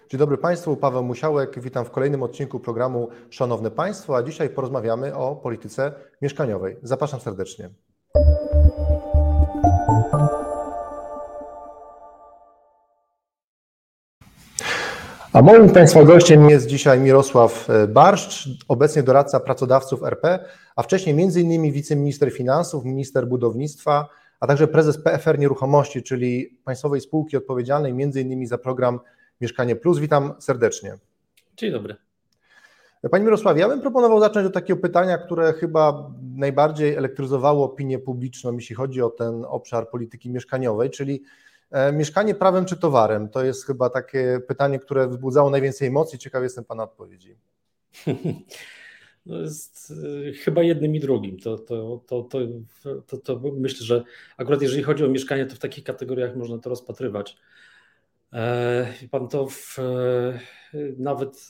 Dzień dobry Państwu, Paweł Musiałek, witam w kolejnym odcinku programu Szanowne Państwo, a dzisiaj porozmawiamy o polityce mieszkaniowej. Zapraszam serdecznie. A moim Państwa gościem jest dzisiaj Mirosław Barszcz, obecnie doradca pracodawców RP, a wcześniej m.in. wiceminister finansów, minister budownictwa, a także prezes PFR Nieruchomości, czyli państwowej spółki odpowiedzialnej m.in. za program Mieszkanie Plus. Witam serdecznie. Dzień dobry. Panie Mirosławie, ja bym proponował zacząć od takiego pytania, które chyba najbardziej elektryzowało opinię publiczną, jeśli chodzi o ten obszar polityki mieszkaniowej, czyli mieszkanie prawem czy towarem? To jest chyba takie pytanie, które wzbudzało najwięcej emocji. Ciekaw jestem Pana odpowiedzi. No jest chyba jednym i drugim. To myślę, że akurat jeżeli chodzi o mieszkanie, to w takich kategoriach można to rozpatrywać. Pan to nawet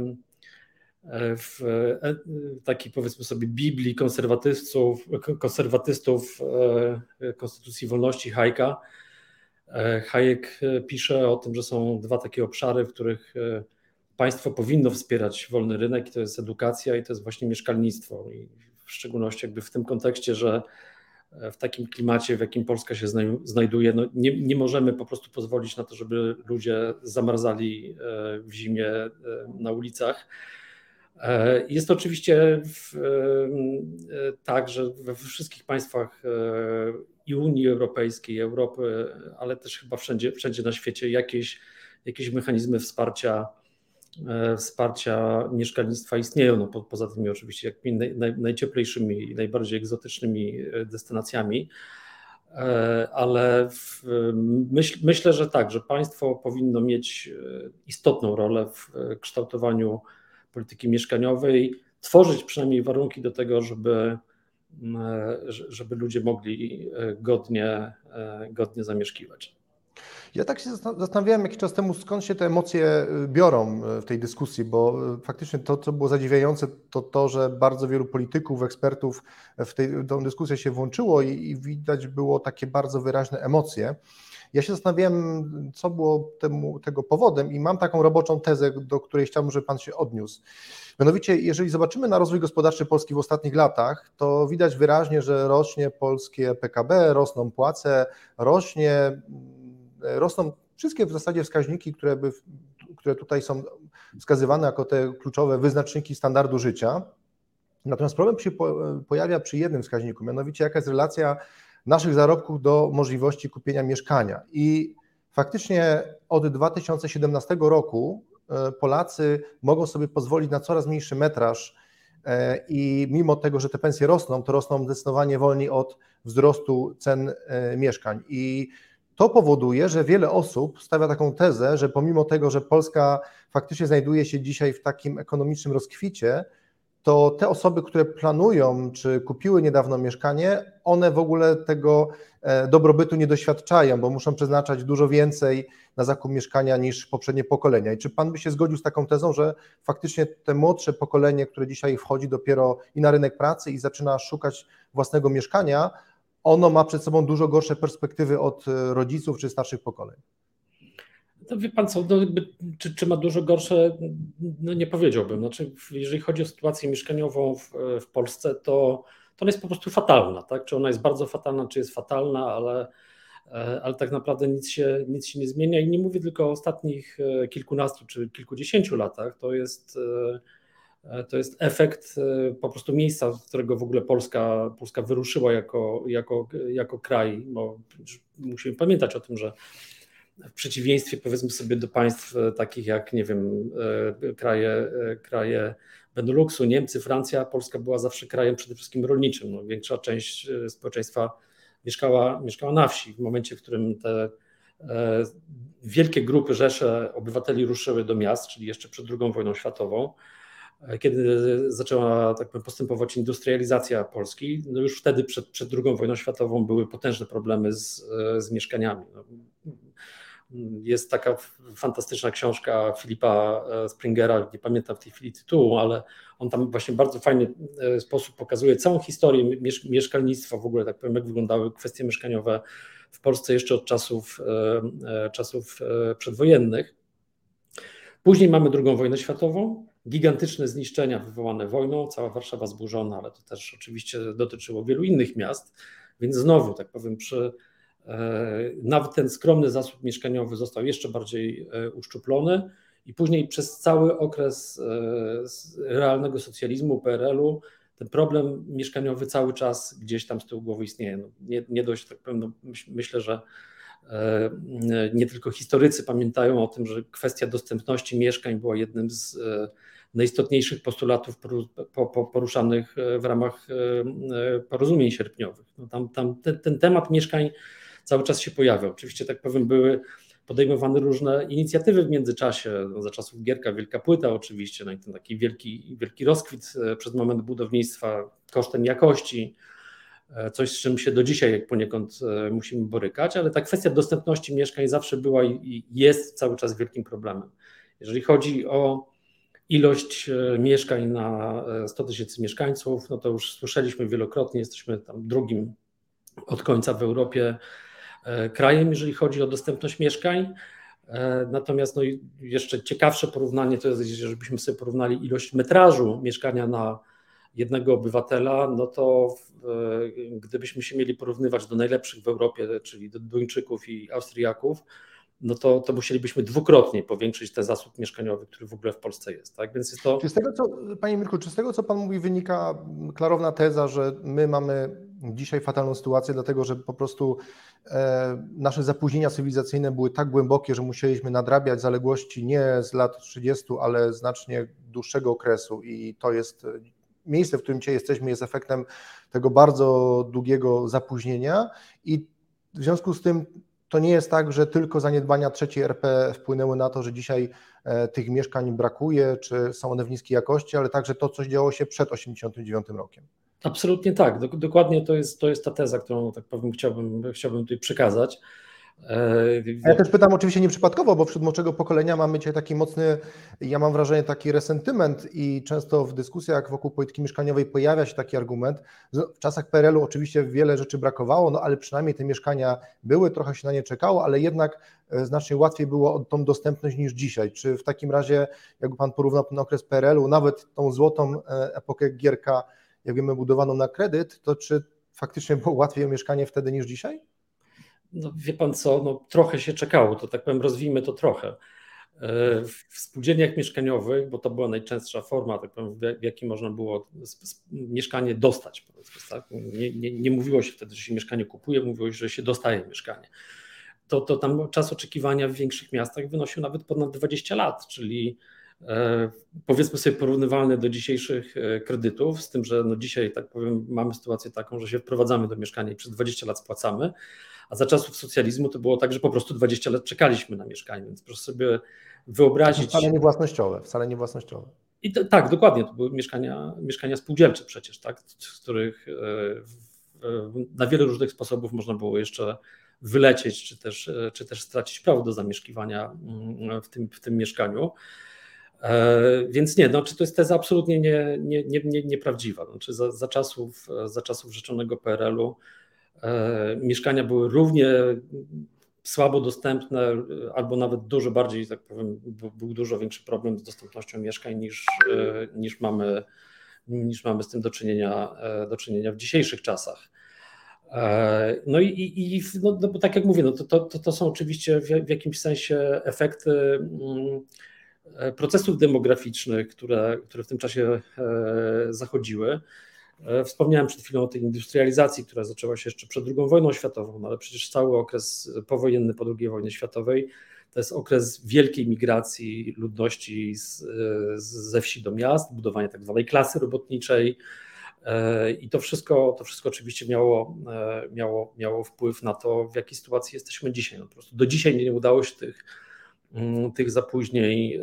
w takiej, powiedzmy sobie, Biblii konserwatystów Konstytucji Wolności Hayeka. Hayek pisze o tym, że są dwa takie obszary, w których państwo powinno wspierać wolny rynek, i to jest edukacja i to jest właśnie mieszkalnictwo. I w szczególności jakby w tym kontekście, że w takim klimacie, w jakim Polska się znajduje, no nie możemy po prostu pozwolić na to, żeby ludzie zamarzali w zimie na ulicach. Jest to oczywiście tak, że we wszystkich państwach i Unii Europejskiej, Europy, ale też chyba wszędzie na świecie jakieś mechanizmy wsparcia mieszkalnictwa istnieją, no poza tymi oczywiście jakimi najcieplejszymi i najbardziej egzotycznymi destynacjami, ale myślę, że tak, że państwo powinno mieć istotną rolę w kształtowaniu polityki mieszkaniowej, tworzyć przynajmniej warunki do tego, żeby ludzie mogli godnie zamieszkiwać. Ja tak się zastanawiałem jakiś czas temu, skąd się te emocje biorą w tej dyskusji, bo faktycznie to, co było zadziwiające, to, że bardzo wielu polityków, ekspertów w tę dyskusję się włączyło i widać było takie bardzo wyraźne emocje. Ja się zastanawiałem, co było tego powodem i mam taką roboczą tezę, do której chciałbym, żeby Pan się odniósł. Mianowicie, jeżeli zobaczymy na rozwój gospodarczy Polski w ostatnich latach, to widać wyraźnie, że rośnie polskie PKB, rosną płace, rosną wszystkie w zasadzie wskaźniki, które tutaj są wskazywane jako te kluczowe wyznaczniki standardu życia. Natomiast problem się pojawia przy jednym wskaźniku, mianowicie jaka jest relacja naszych zarobków do możliwości kupienia mieszkania. I faktycznie od 2017 roku Polacy mogą sobie pozwolić na coraz mniejszy metraż i mimo tego, że te pensje rosną, to rosną zdecydowanie wolniej od wzrostu cen mieszkań. I to powoduje, że wiele osób stawia taką tezę, że pomimo tego, że Polska faktycznie znajduje się dzisiaj w takim ekonomicznym rozkwicie, to te osoby, które planują czy kupiły niedawno mieszkanie, one w ogóle tego dobrobytu nie doświadczają, bo muszą przeznaczać dużo więcej na zakup mieszkania niż poprzednie pokolenia. I czy Pan by się zgodził z taką tezą, że faktycznie te młodsze pokolenie, które dzisiaj wchodzi dopiero i na rynek pracy i zaczyna szukać własnego mieszkania, ono ma przed sobą dużo gorsze perspektywy od rodziców czy starszych pokoleń? No wie Pan co, czy ma dużo gorsze, no nie powiedziałbym. Znaczy, jeżeli chodzi o sytuację mieszkaniową w Polsce, to ona jest po prostu fatalna. Tak? Czy ona jest bardzo fatalna, czy jest fatalna, ale tak naprawdę nic się nie zmienia. I nie mówię tylko o ostatnich kilkunastu czy kilkudziesięciu latach. To jest efekt po prostu miejsca, z którego w ogóle Polska wyruszyła jako kraj, bo musimy pamiętać o tym, że w przeciwieństwie, powiedzmy sobie, do państw takich jak, nie wiem, kraje Beneluksu, Niemcy, Francja, Polska była zawsze krajem przede wszystkim rolniczym. No, większa część społeczeństwa mieszkała na wsi. W momencie, w którym te wielkie grupy, rzesze obywateli ruszyły do miast, czyli jeszcze przed II wojną światową, kiedy zaczęła, tak powiem, postępować industrializacja Polski, no już wtedy przed II wojną światową były potężne problemy z mieszkaniami. No, jest taka fantastyczna książka Philipa Springera, nie pamiętam w tej chwili tytułu, ale on tam właśnie w bardzo fajny sposób pokazuje całą historię mieszkalnictwa, w ogóle tak powiem, jak wyglądały kwestie mieszkaniowe w Polsce jeszcze od czasów przedwojennych. Później mamy II wojnę światową, gigantyczne zniszczenia wywołane wojną, cała Warszawa zburzona, ale to też oczywiście dotyczyło wielu innych miast, więc znowu, tak powiem, nawet ten skromny zasób mieszkaniowy został jeszcze bardziej uszczuplony i później przez cały okres realnego socjalizmu, PRL-u, ten problem mieszkaniowy cały czas gdzieś tam z tyłu głowy istnieje. No, nie dość, tak powiem, no, myślę, że nie tylko historycy pamiętają o tym, że kwestia dostępności mieszkań była jednym z najistotniejszych postulatów poruszanych w ramach porozumień sierpniowych. No ten temat mieszkań cały czas się pojawiał. Oczywiście, tak powiem, były podejmowane różne inicjatywy w międzyczasie, za czasów Gierka, Wielka Płyta oczywiście, no i ten taki wielki rozkwit przez moment budownictwa kosztem jakości, coś z czym się do dzisiaj poniekąd musimy borykać, ale ta kwestia dostępności mieszkań zawsze była i jest cały czas wielkim problemem. Jeżeli chodzi o ilość mieszkań na 100 000 mieszkańców, no to już słyszeliśmy wielokrotnie, jesteśmy tam drugim od końca w Europie krajem, jeżeli chodzi o dostępność mieszkań. Natomiast no jeszcze ciekawsze porównanie to jest, żebyśmy sobie porównali ilość metrażu mieszkania na jednego obywatela, no to gdybyśmy się mieli porównywać do najlepszych w Europie, czyli do Duńczyków i Austriaków, no to musielibyśmy dwukrotnie powiększyć ten zasób mieszkaniowy, który w ogóle w Polsce jest. Tak? Więc jest to... Panie Mirku, czy z tego, co Pan mówi, wynika klarowna teza, że my mamy dzisiaj fatalną sytuację, dlatego że po prostu nasze zapóźnienia cywilizacyjne były tak głębokie, że musieliśmy nadrabiać zaległości nie z lat 30, ale znacznie dłuższego okresu i to jest miejsce, w którym dzisiaj jesteśmy, jest efektem tego bardzo długiego zapóźnienia i w związku z tym to nie jest tak, że tylko zaniedbania III RP wpłynęły na to, że dzisiaj tych mieszkań brakuje, czy są one w niskiej jakości, ale także to, co działo się przed 1989 rokiem. Absolutnie tak, dokładnie to jest ta teza, którą tak powiem chciałbym tutaj przekazać. Ja też pytam oczywiście nieprzypadkowo, bo wśród młodszego pokolenia mamy dzisiaj taki mocny, ja mam wrażenie, taki resentyment i często w dyskusjach wokół polityki mieszkaniowej pojawia się taki argument. W czasach PRL-u oczywiście wiele rzeczy brakowało, no ale przynajmniej te mieszkania były, trochę się na nie czekało, ale jednak znacznie łatwiej było o tą dostępność niż dzisiaj. Czy w takim razie, jakby Pan porównał ten okres PRL-u, nawet tą złotą epokę Gierka, jak wiemy, budowaną na kredyt, to czy faktycznie było łatwiej o mieszkanie wtedy niż dzisiaj? No wie Pan co, no trochę się czekało, to tak powiem, rozwijmy to trochę. W spółdzielniach mieszkaniowych, bo to była najczęstsza forma, tak powiem, w jakiej można było mieszkanie dostać, powiedzmy, tak? Nie mówiło się wtedy, że się mieszkanie kupuje, mówiło się, że się dostaje mieszkanie. To tam czas oczekiwania w większych miastach wynosił nawet ponad 20 lat, czyli powiedzmy sobie porównywalny do dzisiejszych kredytów, z tym, że no dzisiaj, tak powiem, mamy sytuację taką, że się wprowadzamy do mieszkania i przez 20 lat spłacamy, a za czasów socjalizmu to było tak, że po prostu 20 lat czekaliśmy na mieszkanie, więc proszę sobie wyobrazić... Wcale nie własnościowe. I tak, dokładnie, to były mieszkania spółdzielcze przecież, tak, z których na wiele różnych sposobów można było jeszcze wylecieć, czy też stracić prawo do zamieszkiwania w tym mieszkaniu. Więc nie, czy to jest teza absolutnie nieprawdziwa. Znaczy za czasów rzeczonego PRL-u mieszkania były równie słabo dostępne, albo nawet dużo bardziej, tak powiem, był dużo większy problem z dostępnością mieszkań niż mamy z tym do czynienia w dzisiejszych czasach. No bo tak jak mówię, to są oczywiście w jakimś sensie efekty procesów demograficznych, które w tym czasie zachodziły. Wspomniałem przed chwilą o tej industrializacji, która zaczęła się jeszcze przed II wojną światową, no ale przecież cały okres powojenny po II wojnie światowej to jest okres wielkiej migracji ludności ze wsi do miast, budowania tak zwanej klasy robotniczej i to wszystko oczywiście miało wpływ na to, w jakiej sytuacji jesteśmy dzisiaj. No po prostu do dzisiaj nie udało się tych zapóźnień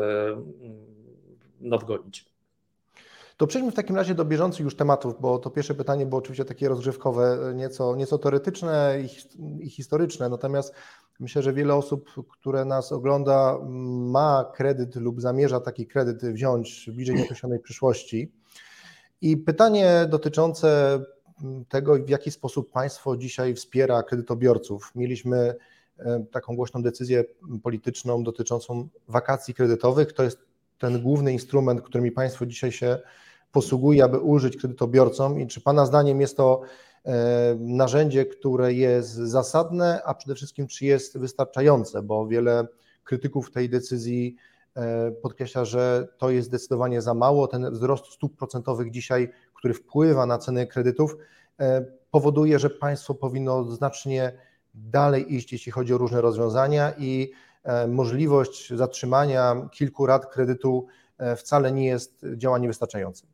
nadgonić. To przejdźmy w takim razie do bieżących już tematów, bo to pierwsze pytanie było oczywiście takie rozgrzewkowe, nieco teoretyczne i historyczne, natomiast myślę, że wiele osób, które nas ogląda, ma kredyt lub zamierza taki kredyt wziąć w bliżej nieokreślonej przyszłości. I pytanie dotyczące tego, w jaki sposób państwo dzisiaj wspiera kredytobiorców. Mieliśmy taką głośną decyzję polityczną dotyczącą wakacji kredytowych. To jest ten główny instrument, którymi państwo dzisiaj się posługuje, aby ulżyć kredytobiorcom i czy Pana zdaniem jest to narzędzie, które jest zasadne, a przede wszystkim czy jest wystarczające, bo wiele krytyków tej decyzji podkreśla, że to jest zdecydowanie za mało. Ten wzrost stóp procentowych dzisiaj, który wpływa na ceny kredytów, powoduje, że państwo powinno znacznie dalej iść, jeśli chodzi o różne rozwiązania i możliwość zatrzymania kilku rat kredytu wcale nie jest działaniem wystarczającym.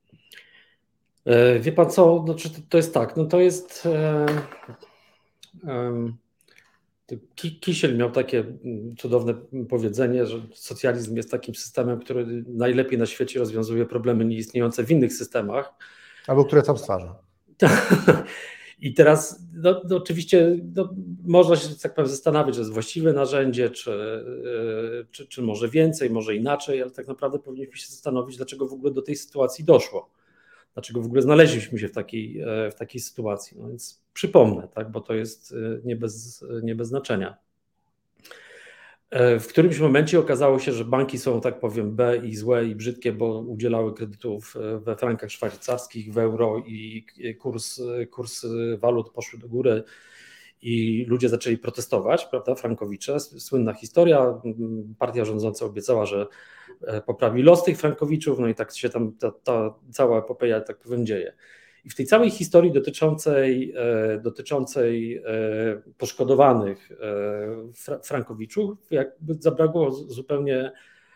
Wie pan co, znaczy to jest tak, no to jest... Kisiel miał takie cudowne powiedzenie, że socjalizm jest takim systemem, który najlepiej na świecie rozwiązuje problemy nieistniejące w innych systemach. Albo które sam stwarza. I teraz oczywiście można się tak powiem zastanawiać, że jest właściwe narzędzie, czy może więcej, może inaczej, ale tak naprawdę powinniśmy się zastanowić, dlaczego w ogóle do tej sytuacji doszło. Dlaczego w ogóle znaleźliśmy się w takiej sytuacji. No więc przypomnę, tak, bo to jest nie bez znaczenia. W którymś momencie okazało się, że banki są, tak powiem, B i złe i brzydkie, bo udzielały kredytów we frankach szwajcarskich, w euro i kursy walut poszły do góry i ludzie zaczęli protestować, prawda, frankowicze, słynna historia, partia rządząca obiecała, że poprawi los tych frankowiczów, no i tak się tam ta cała epopeja, tak powiem, dzieje. I w tej całej historii dotyczącej poszkodowanych frankowiczów jakby zabrakło zupełnie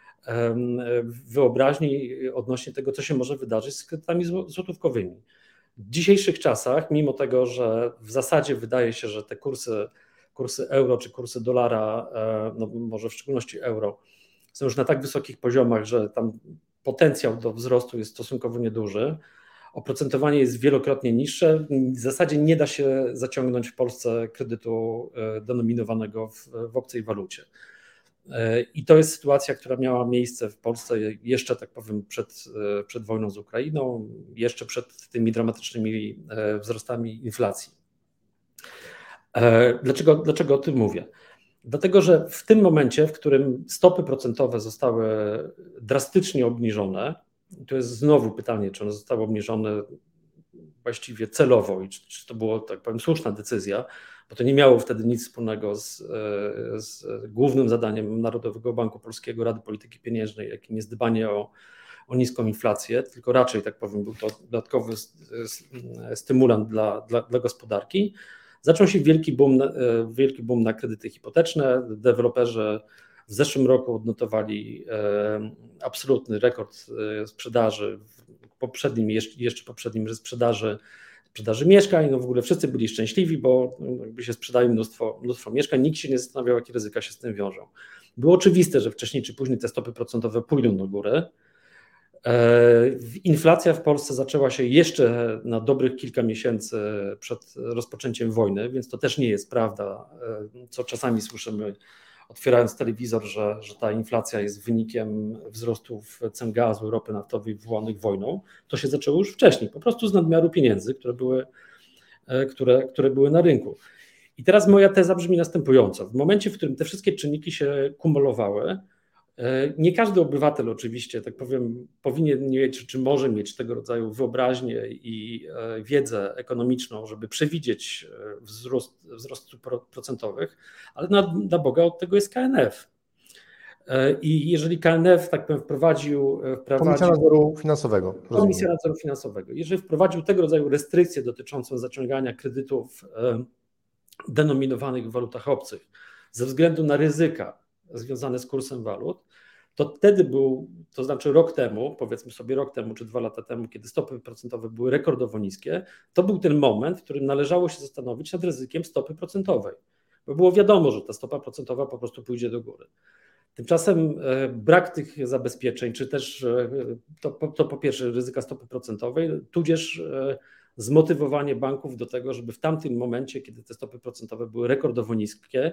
wyobraźni odnośnie tego, co się może wydarzyć z kredytami złotówkowymi. W dzisiejszych czasach, mimo tego, że w zasadzie wydaje się, że te kursy euro czy kursy dolara, no może w szczególności euro, są już na tak wysokich poziomach, że tam potencjał do wzrostu jest stosunkowo nieduży. Oprocentowanie jest wielokrotnie niższe. W zasadzie nie da się zaciągnąć w Polsce kredytu denominowanego w obcej walucie. I to jest sytuacja, która miała miejsce w Polsce jeszcze, tak powiem, przed wojną z Ukrainą, jeszcze przed tymi dramatycznymi wzrostami inflacji. Dlaczego o tym mówię? Dlatego, że w tym momencie, w którym stopy procentowe zostały drastycznie obniżone, to jest znowu pytanie, czy one zostały obniżone właściwie celowo i czy to było, tak powiem, słuszna decyzja, bo to nie miało wtedy nic wspólnego z głównym zadaniem Narodowego Banku Polskiego, Rady Polityki Pieniężnej, jakim jest dbanie o niską inflację, tylko raczej, tak powiem, był to dodatkowy stymulant dla gospodarki. Zaczął się wielki boom na kredyty hipoteczne. Deweloperzy w zeszłym roku odnotowali absolutny rekord sprzedaży, jeszcze poprzednim sprzedaży mieszkań. No w ogóle wszyscy byli szczęśliwi, bo jakby się sprzedaje mnóstwo mieszkań. Nikt się nie zastanawiał, jakie ryzyka się z tym wiążą. Było oczywiste, że wcześniej czy później te stopy procentowe pójdą do góry. Inflacja w Polsce zaczęła się jeszcze na dobrych kilka miesięcy przed rozpoczęciem wojny, więc to też nie jest prawda, co czasami słyszymy, otwierając telewizor, że ta inflacja jest wynikiem wzrostów cen gazu, ropy naftowej wywołanych wojną. To się zaczęło już wcześniej, po prostu z nadmiaru pieniędzy, które były na rynku. I teraz moja teza brzmi następująco. W momencie, w którym te wszystkie czynniki się kumulowały, nie każdy obywatel oczywiście, tak powiem, powinien mieć, czy może mieć tego rodzaju wyobraźnię i wiedzę ekonomiczną, żeby przewidzieć wzrost stóp procentowych, ale na Boga od tego jest KNF. I jeżeli KNF, tak powiem, wprowadził Komisja Nadzoru Finansowego. Komisja Nadzoru Finansowego. Jeżeli wprowadził tego rodzaju restrykcje dotyczące zaciągania kredytów denominowanych w walutach obcych ze względu na ryzyka związane z kursem walut, to wtedy to znaczy rok temu, powiedzmy sobie rok temu czy 2 lata temu, kiedy stopy procentowe były rekordowo niskie, to był ten moment, w którym należało się zastanowić nad ryzykiem stopy procentowej, bo było wiadomo, że ta stopa procentowa po prostu pójdzie do góry. Tymczasem brak tych zabezpieczeń, czy też to po pierwsze ryzyka stopy procentowej, tudzież zmotywowanie banków do tego, żeby w tamtym momencie, kiedy te stopy procentowe były rekordowo niskie,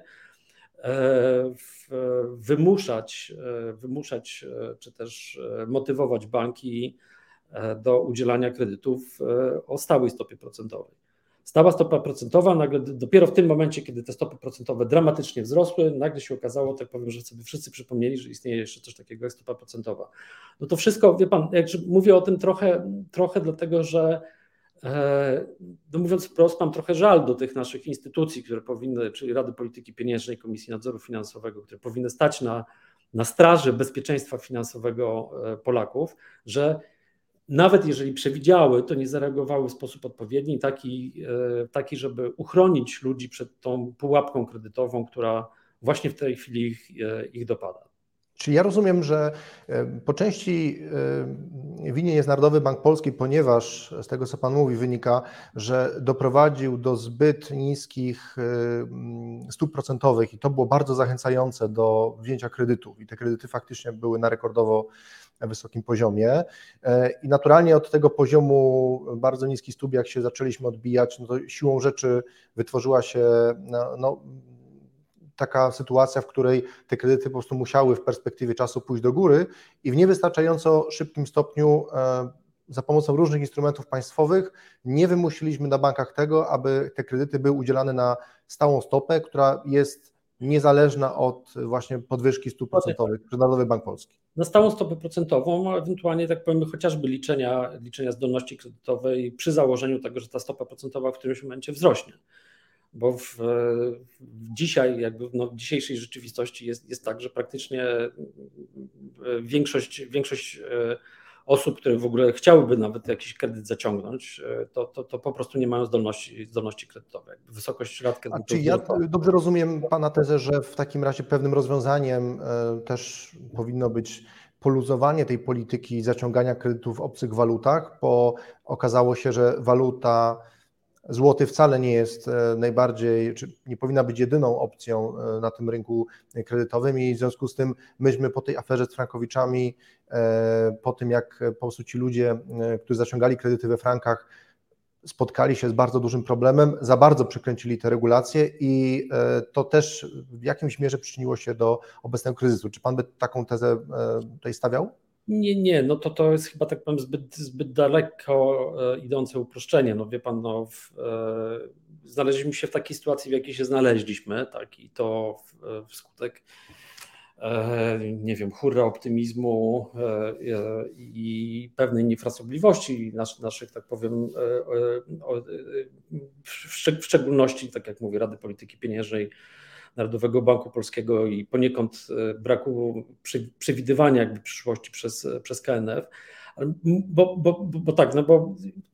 wymuszać czy też motywować banki do udzielania kredytów o stałej stopie procentowej. stała stopa procentowa, nagle dopiero w tym momencie, kiedy te stopy procentowe dramatycznie wzrosły, nagle się okazało, tak powiem, że sobie wszyscy przypomnieli, że istnieje jeszcze coś takiego jak stopa procentowa. No to wszystko, wie pan, mówię o tym trochę dlatego, że no mówiąc wprost, mam trochę żal do tych naszych instytucji, które powinny, czyli Rady Polityki Pieniężnej, Komisji Nadzoru Finansowego, które powinny stać na straży bezpieczeństwa finansowego Polaków, że nawet jeżeli przewidziały, to nie zareagowały w sposób odpowiedni, taki, żeby uchronić ludzi przed tą pułapką kredytową, która właśnie w tej chwili ich dopada. Czyli ja rozumiem, że po części winien jest Narodowy Bank Polski, ponieważ z tego, co Pan mówi, wynika, że doprowadził do zbyt niskich stóp procentowych i to było bardzo zachęcające do wzięcia kredytów i te kredyty faktycznie były na rekordowo wysokim poziomie i naturalnie od tego poziomu bardzo niskich stóp, jak się zaczęliśmy odbijać, no to siłą rzeczy wytworzyła się taka sytuacja, w której te kredyty po prostu musiały w perspektywie czasu pójść do góry i w niewystarczająco szybkim stopniu za pomocą różnych instrumentów państwowych nie wymusiliśmy na bankach tego, aby te kredyty były udzielane na stałą stopę, która jest niezależna od właśnie podwyżki stóp procentowych przez Narodowy Bank Polski. Na stałą stopę procentową, a ewentualnie tak powiem chociażby liczenia zdolności kredytowej przy założeniu tego, że ta stopa procentowa w którymś momencie wzrośnie. Bo dzisiaj, w dzisiejszej rzeczywistości jest tak, że praktycznie większość osób, które w ogóle chciałyby nawet jakiś kredyt zaciągnąć, to po prostu nie mają zdolności kredytowej. Wysokość rat kredytów. Czy ja dobrze rozumiem Pana tezę, że w takim razie pewnym rozwiązaniem też powinno być poluzowanie tej polityki zaciągania kredytów w obcych walutach, bo okazało się, że waluta złoty wcale nie jest najbardziej, czy nie powinna być jedyną opcją na tym rynku kredytowym i w związku z tym myśmy po tej aferze z frankowiczami, po tym jak po prostu ci ludzie, którzy zaciągali kredyty we frankach, spotkali się z bardzo dużym problemem, za bardzo przykręcili te regulacje i to też w jakimś mierze przyczyniło się do obecnego kryzysu. Czy Pan by taką tezę tutaj stawiał? Nie, no to jest chyba tak powiem zbyt daleko idące uproszczenie. No wie pan, znaleźliśmy się w takiej sytuacji, w jakiej się znaleźliśmy, tak, i to wskutek nie wiem, hurra optymizmu i pewnej niefrasobliwości naszych, tak powiem, w szczególności, tak jak mówię, Rady Polityki Pieniężnej, Narodowego Banku Polskiego i poniekąd braku przewidywania jakby przyszłości przez KNF, bo tak, no bo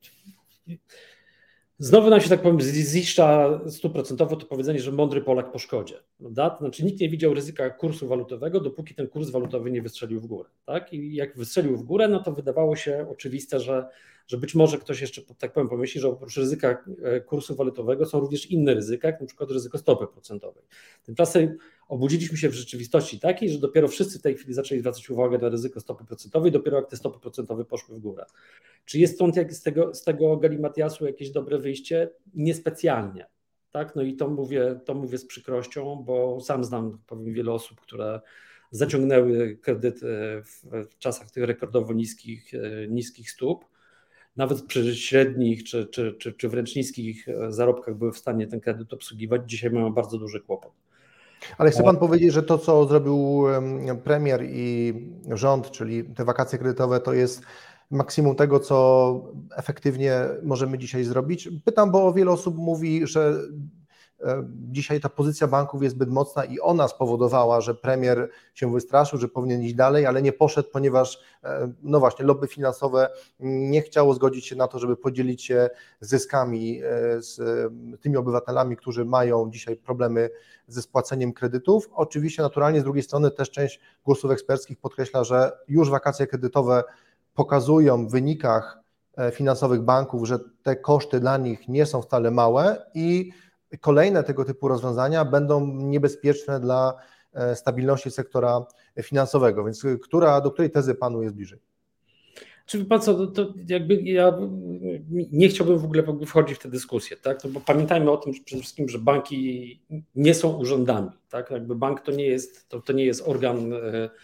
znowu nam się, tak powiem, ziszcza 100% to powiedzenie, że mądry Polak po szkodzie. Prawda? To znaczy nikt nie widział ryzyka kursu walutowego, dopóki ten kurs walutowy nie wystrzelił w górę. Tak? I jak wystrzelił w górę, no to wydawało się oczywiste, że być może ktoś jeszcze, tak powiem, pomyśli, że oprócz ryzyka kursu walutowego są również inne ryzyka, jak na przykład ryzyko stopy procentowej. Tymczasem obudziliśmy się w rzeczywistości takiej, że dopiero wszyscy w tej chwili zaczęli zwracać uwagę na ryzyko stopy procentowej, dopiero jak te stopy procentowe poszły w górę. Czy jest stąd z tego galimatiasu jakieś dobre wyjście? Niespecjalnie. Tak? No i to mówię z przykrością, bo sam znam, powiem, wiele osób, które zaciągnęły kredyty w czasach tych rekordowo niskich stóp. Nawet przy średnich czy wręcz niskich zarobkach były w stanie ten kredyt obsługiwać. Dzisiaj mają bardzo duży kłopot. Ale chce Pan powiedzieć, że to, co zrobił premier i rząd, czyli te wakacje kredytowe, to jest maksimum tego, co efektywnie możemy dzisiaj zrobić? Pytam, bo wiele osób mówi, że dzisiaj ta pozycja banków jest zbyt mocna i ona spowodowała, że premier się wystraszył, że powinien iść dalej, ale nie poszedł, ponieważ no właśnie lobby finansowe nie chciało zgodzić się na to, żeby podzielić się zyskami z tymi obywatelami, którzy mają dzisiaj problemy ze spłaceniem kredytów. Oczywiście naturalnie z drugiej strony też część głosów eksperckich podkreśla, że już wakacje kredytowe pokazują w wynikach finansowych banków, że te koszty dla nich nie są wcale małe i kolejne tego typu rozwiązania będą niebezpieczne dla stabilności sektora finansowego. Więc do której tezy Panu jest bliżej? Czy wie Pan co, to jakby ja nie chciałbym w ogóle wchodzić w tę dyskusję, tak? No bo pamiętajmy o tym, że przede wszystkim, że banki nie są urzędami, tak? Jakby bank to nie jest organ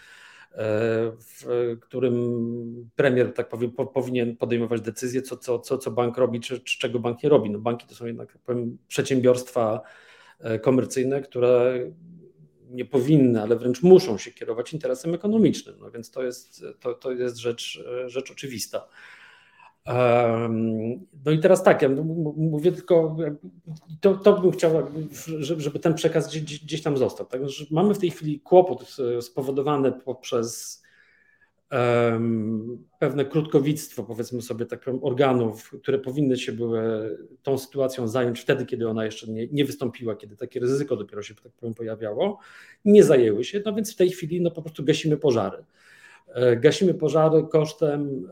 w którym premier, tak powiem, powinien podejmować decyzje, co bank robi, czy czego bank nie robi. No banki to są jednak, tak powiem, przedsiębiorstwa komercyjne, które nie powinny, ale wręcz muszą się kierować interesem ekonomicznym. No więc to jest rzecz oczywista. No i teraz tak, ja mówię tylko, to bym chciał, żeby ten przekaz gdzieś tam został. Tak? Że mamy w tej chwili kłopot spowodowany poprzez pewne krótkowictwo, powiedzmy sobie, tak powiem, organów, które powinny się były tą sytuacją zająć wtedy, kiedy ona jeszcze nie wystąpiła, kiedy takie ryzyko dopiero się, tak powiem, pojawiało, nie zajęły się, no więc w tej chwili no po prostu gasimy pożary. Gasimy pożary kosztem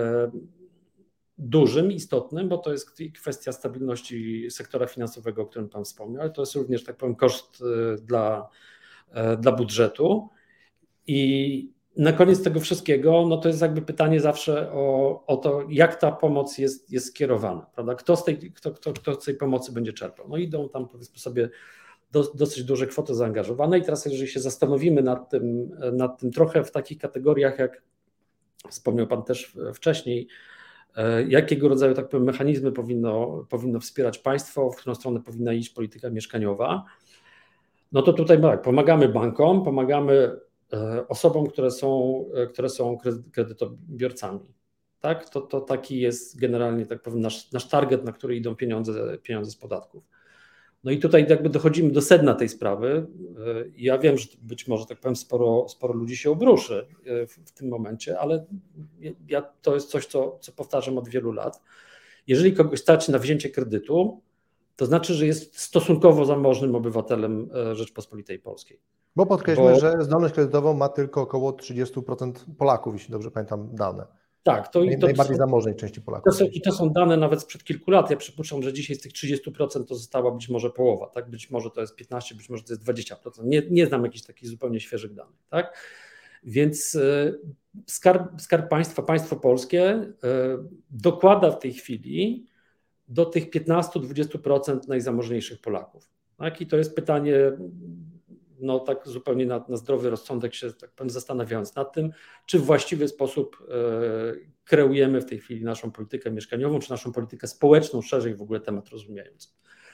dużym, istotnym, bo to jest kwestia stabilności sektora finansowego, o którym Pan wspomniał, ale to jest również, tak powiem, koszt dla budżetu. I na koniec tego wszystkiego, no to jest jakby pytanie zawsze o to, jak ta pomoc jest skierowana, prawda? Kto z tej pomocy będzie czerpał? No idą tam, powiedzmy sobie, dosyć duże kwoty zaangażowane i teraz jeżeli się zastanowimy nad tym trochę w takich kategoriach, jak wspomniał Pan też wcześniej, jakiego rodzaju, tak powiem, mechanizmy powinno wspierać państwo, w którą stronę powinna iść polityka mieszkaniowa, no to tutaj tak, pomagamy bankom, pomagamy osobom, które są kredytobiorcami. Tak? To taki jest generalnie, tak powiem, nasz target, na który idą pieniądze z podatków. No i tutaj jakby dochodzimy do sedna tej sprawy. Ja wiem, że być może, tak powiem, sporo ludzi się obruszy w tym momencie, ale to jest coś, co powtarzam od wielu lat. Jeżeli kogoś stać na wzięcie kredytu, to znaczy, że jest stosunkowo zamożnym obywatelem Rzeczpospolitej Polskiej. Bo podkreślmy, że zdolność kredytową ma tylko około 30% Polaków, jeśli dobrze pamiętam dane. Tak, najbardziej zamożnej części Polaków. To są dane nawet sprzed kilku lat. Ja przypuszczam, że dzisiaj z tych 30% to została być może połowa, tak? Być może to jest 15%, być może to jest 20%. Nie znam jakichś takich zupełnie świeżych danych, tak? Więc Skarb Państwa, państwo polskie dokłada w tej chwili do tych 15-20% najzamożniejszych Polaków. Tak? I to jest pytanie, no tak zupełnie na zdrowy rozsądek się, tak powiem, zastanawiając nad tym, czy w właściwy sposób kreujemy w tej chwili naszą politykę mieszkaniową, czy naszą politykę społeczną, szerzej w ogóle temat rozumiejąc.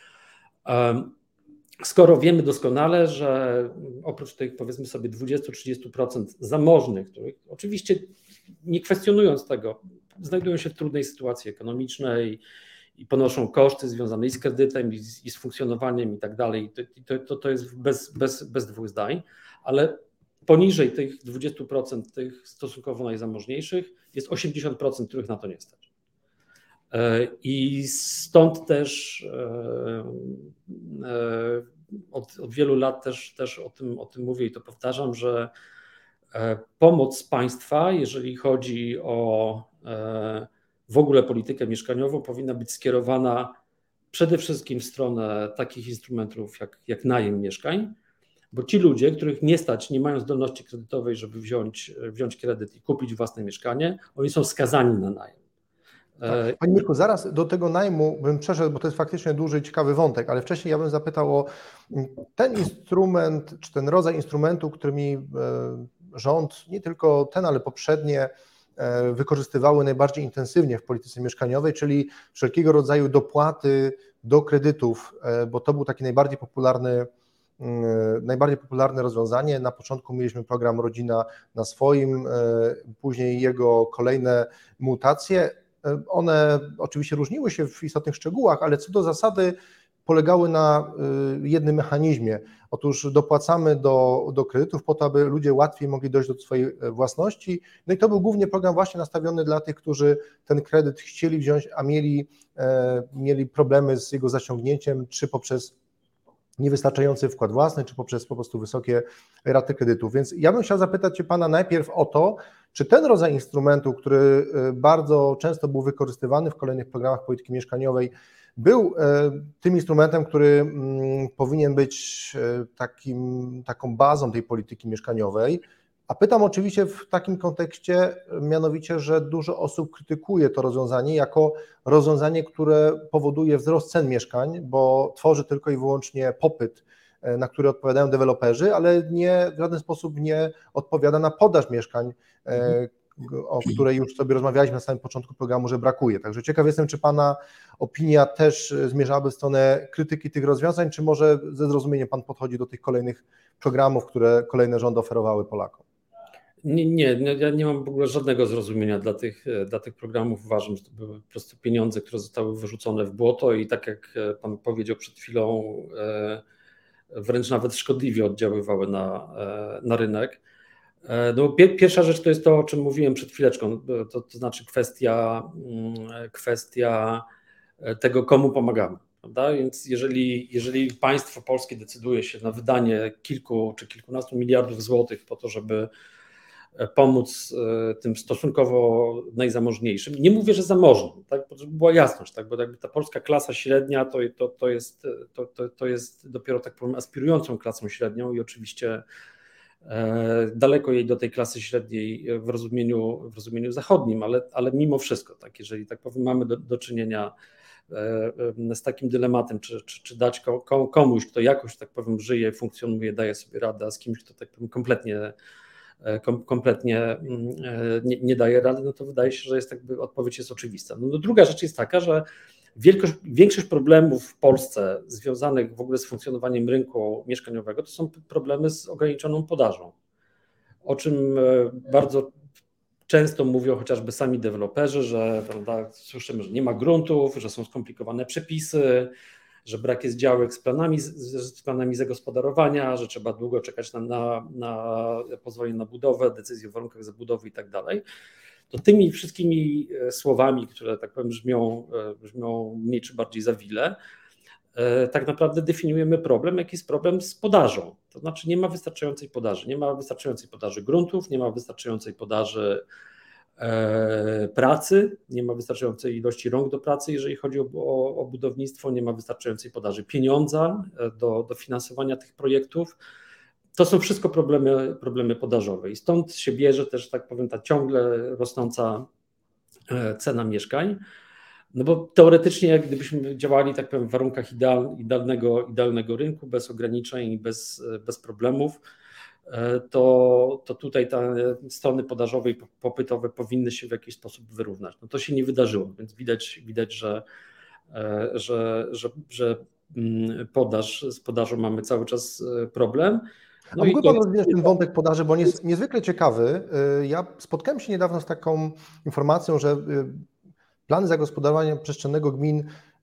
Skoro wiemy doskonale, że oprócz tych, powiedzmy sobie, 20-30% zamożnych, których oczywiście nie kwestionując tego, znajdują się w trudnej sytuacji ekonomicznej i ponoszą koszty związane i z kredytem, i z funkcjonowaniem i tak dalej. To jest bez dwóch zdań, ale poniżej tych 20%, tych stosunkowo najzamożniejszych, jest 80%, których na to nie stać. I stąd też od wielu lat też o tym mówię i to powtarzam, że pomoc państwa, jeżeli chodzi o w ogóle politykę mieszkaniową, powinna być skierowana przede wszystkim w stronę takich instrumentów jak najem mieszkań, bo ci ludzie, których nie stać, nie mają zdolności kredytowej, żeby wziąć kredyt i kupić własne mieszkanie, oni są skazani na najem. Tak. Panie Mirku, zaraz do tego najmu bym przeszedł, bo to jest faktycznie duży i ciekawy wątek, ale wcześniej ja bym zapytał o ten instrument, czy ten rodzaj instrumentu, którymi rząd, nie tylko ten, ale poprzednie, wykorzystywały najbardziej intensywnie w polityce mieszkaniowej, czyli wszelkiego rodzaju dopłaty do kredytów, bo to był taki najbardziej popularne rozwiązanie. Na początku mieliśmy program Rodzina na swoim, później jego kolejne mutacje. One oczywiście różniły się w istotnych szczegółach, ale co do zasady polegały na jednym mechanizmie. Otóż dopłacamy do kredytów po to, aby ludzie łatwiej mogli dojść do swojej własności. No i to był głównie program właśnie nastawiony dla tych, którzy ten kredyt chcieli wziąć, a mieli problemy z jego zaciągnięciem, czy poprzez niewystarczający wkład własny, czy poprzez po prostu wysokie raty kredytów. Więc ja bym chciał zapytać się Pana najpierw o to, czy ten rodzaj instrumentu, który bardzo często był wykorzystywany w kolejnych programach polityki mieszkaniowej, był tym instrumentem, który powinien być taką bazą tej polityki mieszkaniowej. A pytam oczywiście w takim kontekście, mianowicie, że dużo osób krytykuje to rozwiązanie jako rozwiązanie, które powoduje wzrost cen mieszkań, bo tworzy tylko i wyłącznie popyt na które odpowiadają deweloperzy, ale w żaden sposób nie odpowiada na podaż mieszkań, o której już sobie rozmawialiśmy na samym początku programu, że brakuje. Także ciekaw jestem, czy Pana opinia też zmierzałaby w stronę krytyki tych rozwiązań, czy może ze zrozumieniem Pan podchodzi do tych kolejnych programów, które kolejne rządy oferowały Polakom? Ja nie mam w ogóle żadnego zrozumienia dla tych programów. Uważam, że to były po prostu pieniądze, które zostały wyrzucone w błoto i tak jak Pan powiedział przed chwilą, wręcz nawet szkodliwie oddziaływały na rynek. No, pierwsza rzecz to jest to, o czym mówiłem przed chwileczką, to znaczy kwestia tego, komu pomagamy. Prawda? Więc jeżeli państwo polskie decyduje się na wydanie kilku czy kilkunastu miliardów złotych po to, żeby pomóc tym stosunkowo najzamożniejszym, nie mówię, że zamożnym, tak? Żeby była jasność, tak? Bo jakby ta polska klasa średnia to jest dopiero, tak powiem, aspirującą klasą średnią i oczywiście daleko jej do tej klasy średniej w rozumieniu zachodnim, ale mimo wszystko, tak, jeżeli tak powiem, mamy do czynienia z takim dylematem, czy dać komuś, kto jakoś, tak powiem, żyje, funkcjonuje, daje sobie radę, a z kimś, kto, tak powiem, kompletnie nie daje rady, no to wydaje się, że odpowiedź jest oczywista. No, druga rzecz jest taka, że większość problemów w Polsce związanych w ogóle z funkcjonowaniem rynku mieszkaniowego to są problemy z ograniczoną podażą, o czym bardzo często mówią chociażby sami deweloperzy, że, prawda, słyszymy, że nie ma gruntów, że są skomplikowane przepisy, że brak jest działek z planami zagospodarowania, że trzeba długo czekać na pozwolenie na budowę, decyzję o warunkach zabudowy i tak dalej. To tymi wszystkimi słowami, które, tak powiem, brzmią mniej czy bardziej zawile, tak naprawdę definiujemy problem, jaki jest problem z podażą. To znaczy nie ma wystarczającej podaży. Nie ma wystarczającej podaży gruntów, nie ma wystarczającej podaży pracy, nie ma wystarczającej ilości rąk do pracy, jeżeli chodzi o budownictwo, nie ma wystarczającej podaży pieniądza do finansowania tych projektów. To są wszystko problemy podażowe i stąd się bierze też, tak powiem, ta ciągle rosnąca cena mieszkań. No bo teoretycznie, jak gdybyśmy działali, tak powiem, w warunkach idealnego rynku, bez ograniczeń i bez problemów, to tutaj te strony podażowe i popytowe powinny się w jakiś sposób wyrównać. No to się nie wydarzyło, więc widać, że z podażą mamy cały czas problem. No a mógłby Pan rozwinąć ten wątek podaży, bo on jest niezwykle ciekawy. Ja spotkałem się niedawno z taką informacją, że plany zagospodarowania przestrzennego gmin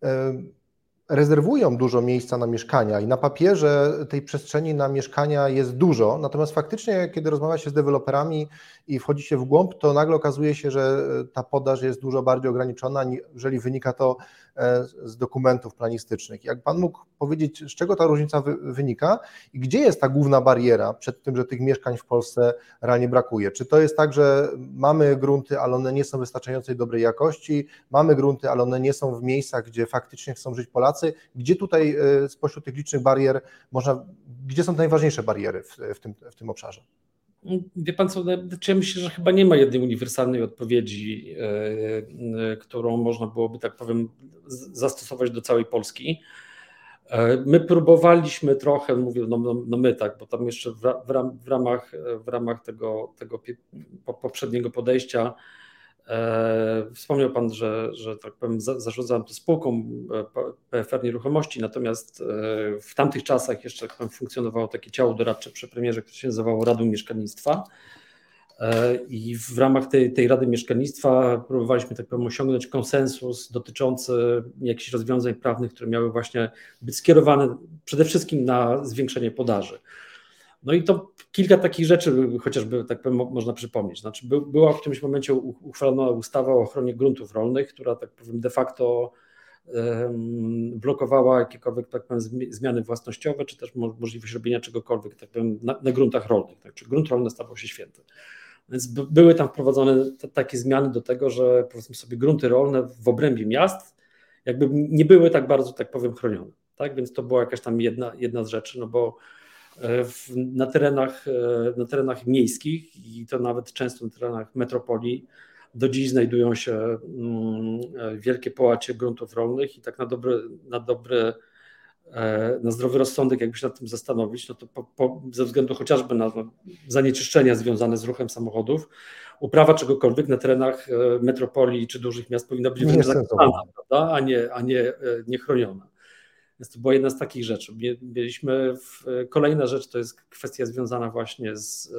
rezerwują dużo miejsca na mieszkania i na papierze tej przestrzeni na mieszkania jest dużo, natomiast faktycznie, kiedy rozmawia się z deweloperami i wchodzi się w głąb, to nagle okazuje się, że ta podaż jest dużo bardziej ograniczona, jeżeli wynika to z dokumentów planistycznych. Jak Pan mógł powiedzieć, z czego ta różnica wynika i gdzie jest ta główna bariera przed tym, że tych mieszkań w Polsce realnie brakuje? Czy to jest tak, że mamy grunty, ale one nie są wystarczającej dobrej jakości, mamy grunty, ale one nie są w miejscach, gdzie faktycznie chcą żyć Polacy? Gdzie tutaj spośród tych licznych barier gdzie są te najważniejsze bariery w tym obszarze? Wie Pan co, ja myślę, że chyba nie ma jednej uniwersalnej odpowiedzi, którą można byłoby, tak powiem, zastosować do całej Polski. My próbowaliśmy trochę, mówię, no my tak, bo tam jeszcze w ramach tego poprzedniego podejścia wspomniał Pan, że tak powiem, zarządzałem to spółką PFR Nieruchomości, natomiast w tamtych czasach jeszcze, tak powiem, funkcjonowało takie ciało doradcze przy premierze, które się nazywało Radą Mieszkalnictwa i w ramach tej Rady Mieszkalnictwa próbowaliśmy, tak powiem, osiągnąć konsensus dotyczący jakichś rozwiązań prawnych, które miały właśnie być skierowane przede wszystkim na zwiększenie podaży. No i to kilka takich rzeczy chociażby, tak powiem, można przypomnieć. Znaczy była w którymś momencie uchwalona ustawa o ochronie gruntów rolnych, która, tak powiem, de facto blokowała jakiekolwiek, tak powiem, zmiany własnościowe, czy też możliwość robienia czegokolwiek, tak powiem, na gruntach rolnych. Tak? Czy grunt rolny stawał się święty. Więc były tam wprowadzone takie zmiany do tego, że, powiedzmy sobie, grunty rolne w obrębie miast jakby nie były tak bardzo, tak powiem, chronione. Tak? Więc to była jakaś tam jedna z rzeczy, no bo na terenach miejskich i to nawet często na terenach metropolii do dziś znajdują się wielkie połacie gruntów rolnych i tak na dobre na zdrowy rozsądek, jakby się nad tym zastanowić, no to ze względu chociażby na zanieczyszczenia związane z ruchem samochodów, uprawa czegokolwiek na terenach metropolii czy dużych miast powinna być wręcz zakazana, prawda? A nie chroniona. Więc to była jedna z takich rzeczy. Kolejna rzecz to jest kwestia związana właśnie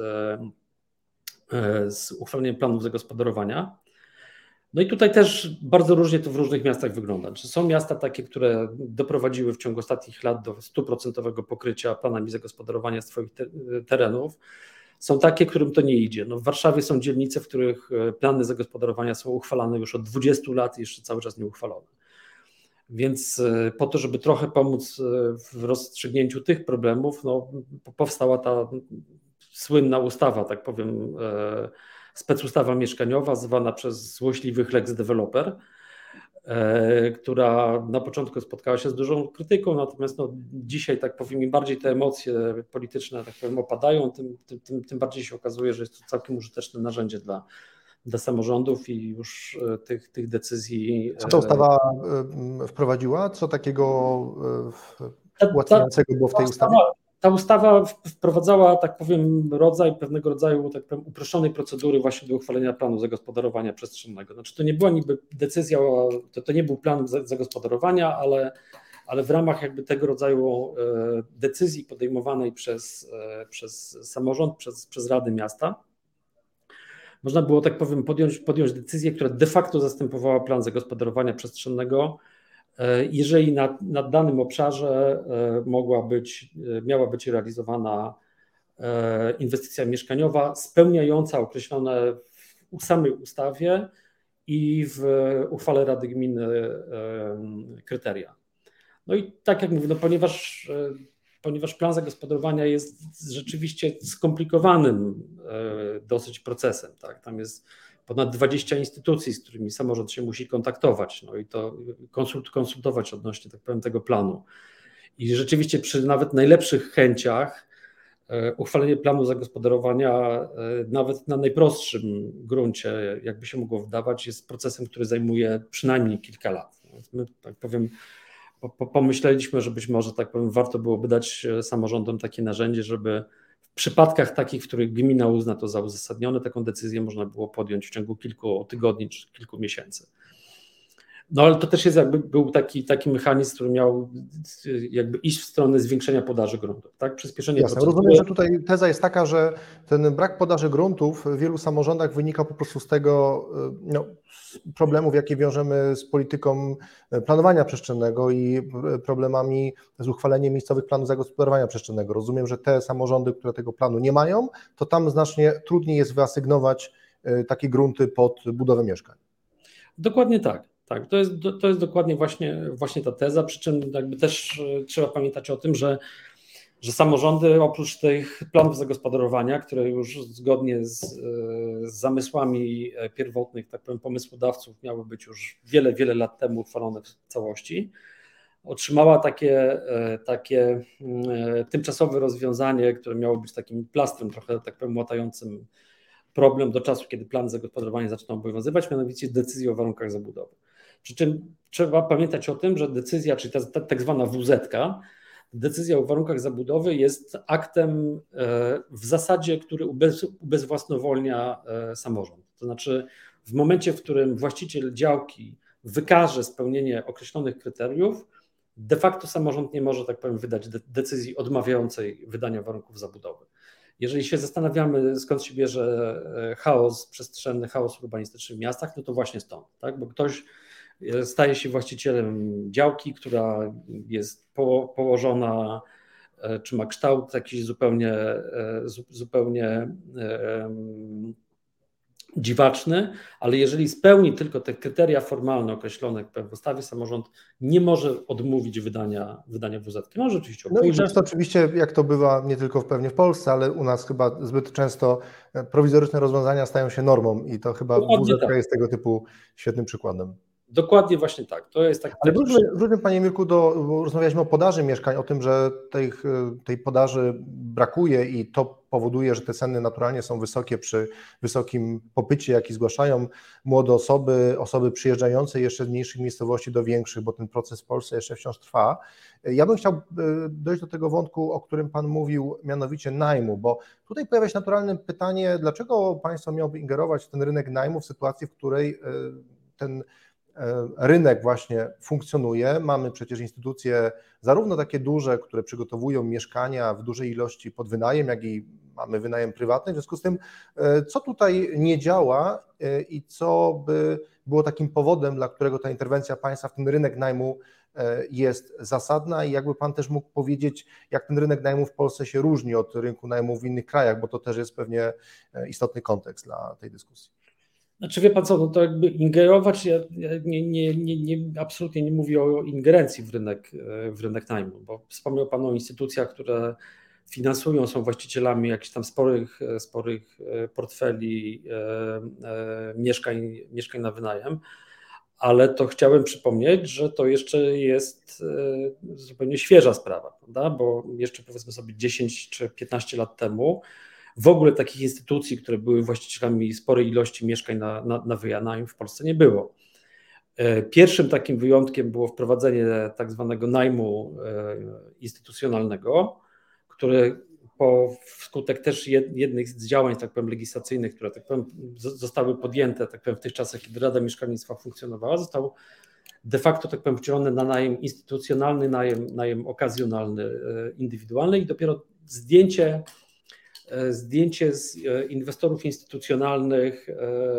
z uchwaleniem planów zagospodarowania. No i tutaj też bardzo różnie to w różnych miastach wygląda. Czy są miasta takie, które doprowadziły w ciągu ostatnich lat do 100% pokrycia planami zagospodarowania swoich terenów. Są takie, którym to nie idzie. No w Warszawie są dzielnice, w których plany zagospodarowania są uchwalane już od 20 lat i jeszcze cały czas nie uchwalone. Więc po to, żeby trochę pomóc w rozstrzygnięciu tych problemów, no, powstała ta słynna ustawa, tak powiem, specustawa mieszkaniowa, zwana przez złośliwych Lex Developer, która na początku spotkała się z dużą krytyką, natomiast no, dzisiaj, tak powiem, im bardziej te emocje polityczne, tak powiem, opadają, tym bardziej się okazuje, że jest to całkiem użyteczne narzędzie dla samorządów i już tych decyzji. Co ta ustawa wprowadziła? Co takiego ułatwiającego było w tej ustawie? Ta ustawa wprowadzała, tak powiem, pewnego rodzaju tak powiem, uproszczonej procedury właśnie do uchwalenia planu zagospodarowania przestrzennego. Znaczy to nie była niby decyzja, to nie był plan zagospodarowania, ale w ramach jakby tego rodzaju decyzji podejmowanej przez samorząd, przez Rady Miasta, można było, tak powiem, podjąć decyzję, która de facto zastępowała plan zagospodarowania przestrzennego, jeżeli na danym obszarze miała być realizowana inwestycja mieszkaniowa spełniająca określone w samej ustawie i w uchwale Rady Gminy kryteria. No i tak jak mówię, no ponieważ plan zagospodarowania jest rzeczywiście skomplikowanym dosyć procesem, tak? Tam jest ponad 20 instytucji, z którymi samorząd się musi kontaktować, no i to konsultować odnośnie, tak powiem, tego planu. I rzeczywiście przy nawet najlepszych chęciach uchwalenie planu zagospodarowania nawet na najprostszym gruncie, jakby się mogło wydawać, jest procesem, który zajmuje przynajmniej kilka lat. Więc my, tak powiem, pomyśleliśmy, że być może, tak powiem, warto byłoby dać samorządom takie narzędzie, żeby w przypadkach takich, w których gmina uzna to za uzasadnione, taką decyzję można było podjąć w ciągu kilku tygodni czy kilku miesięcy. No ale to też jest był taki mechanizm, który miał jakby iść w stronę zwiększenia podaży gruntów, tak? Przyspieszenie procesu. Rozumiem, że tutaj teza jest taka, że ten brak podaży gruntów w wielu samorządach wynika po prostu z tego problemów, jakie wiążemy z polityką planowania przestrzennego i problemami z uchwaleniem miejscowych planów zagospodarowania przestrzennego. Rozumiem, że te samorządy, które tego planu nie mają, to tam znacznie trudniej jest wyasygnować takie grunty pod budowę mieszkań. Dokładnie tak. Tak, to jest dokładnie właśnie ta teza, przy czym jakby też trzeba pamiętać o tym, że samorządy oprócz tych planów zagospodarowania, które już zgodnie z zamysłami pierwotnych, tak powiem, pomysłodawców miały być już wiele lat temu uchwalone w całości, otrzymała takie tymczasowe rozwiązanie, które miało być takim plastrem trochę, tak powiem, łatającym problem do czasu, kiedy plan zagospodarowania zaczną obowiązywać, mianowicie decyzję o warunkach zabudowy. Przy czym trzeba pamiętać o tym, że decyzja, czyli ta tak zwana WZ-ka, decyzja o warunkach zabudowy jest aktem w zasadzie, który ubezwłasnowolnia samorząd. To znaczy w momencie, w którym właściciel działki wykaże spełnienie określonych kryteriów, de facto samorząd nie może, tak powiem, wydać decyzji odmawiającej wydania warunków zabudowy. Jeżeli się zastanawiamy, skąd się bierze chaos przestrzenny, chaos urbanistyczny w miastach, no to właśnie stąd, tak? Bo ktoś staje się właścicielem działki, która jest położona, czy ma kształt jakiś zupełnie dziwaczny, ale jeżeli spełni tylko te kryteria formalne określone w ustawie, samorząd nie może odmówić wydania WZ-ki. Może oczywiście opóźnić. No i często oczywiście, jak to bywa nie tylko pewnie w Polsce, ale u nas chyba zbyt często prowizoryczne rozwiązania stają się normą i to chyba WZ-ka jest tego typu świetnym przykładem. Dokładnie właśnie tak. To jest tak. Ale wróćmy, panie Mirku, bo rozmawialiśmy o podaży mieszkań, o tym, że tej podaży brakuje i to powoduje, że te ceny naturalnie są wysokie przy wysokim popycie, jaki zgłaszają młode osoby przyjeżdżające jeszcze z mniejszych miejscowości do większych, bo ten proces w Polsce jeszcze wciąż trwa. Ja bym chciał dojść do tego wątku, o którym pan mówił, mianowicie najmu, bo tutaj pojawia się naturalne pytanie, dlaczego państwo miałoby ingerować w ten rynek najmu w sytuacji, w której ten rynek właśnie funkcjonuje. Mamy przecież instytucje zarówno takie duże, które przygotowują mieszkania w dużej ilości pod wynajem, jak i mamy wynajem prywatny. W związku z tym, co tutaj nie działa i co by było takim powodem, dla którego ta interwencja państwa w ten rynek najmu jest zasadna i jakby pan też mógł powiedzieć, jak ten rynek najmu w Polsce się różni od rynku najmu w innych krajach, bo to też jest pewnie istotny kontekst dla tej dyskusji. Znaczy wie pan co, no to jakby ingerować, ja absolutnie nie mówię o ingerencji w rynek najmu, bo wspomniał pan o instytucjach, które finansują, są właścicielami jakichś tam sporych portfeli mieszkań na wynajem, ale to chciałem przypomnieć, że to jeszcze jest zupełnie świeża sprawa, prawda? Bo jeszcze powiedzmy sobie 10 czy 15 lat temu w ogóle takich instytucji, które były właścicielami sporej ilości mieszkań na wynajem w Polsce nie było. Pierwszym takim wyjątkiem było wprowadzenie tak zwanego najmu instytucjonalnego, który wskutek też jednych z działań, tak powiem, legislacyjnych, które tak powiem, zostały podjęte tak powiem, w tych czasach, kiedy Rada Mieszkalnictwa funkcjonowała, został de facto tak powiem, wcielony na najem instytucjonalny, najem okazjonalny, indywidualny i dopiero zdjęcie z inwestorów instytucjonalnych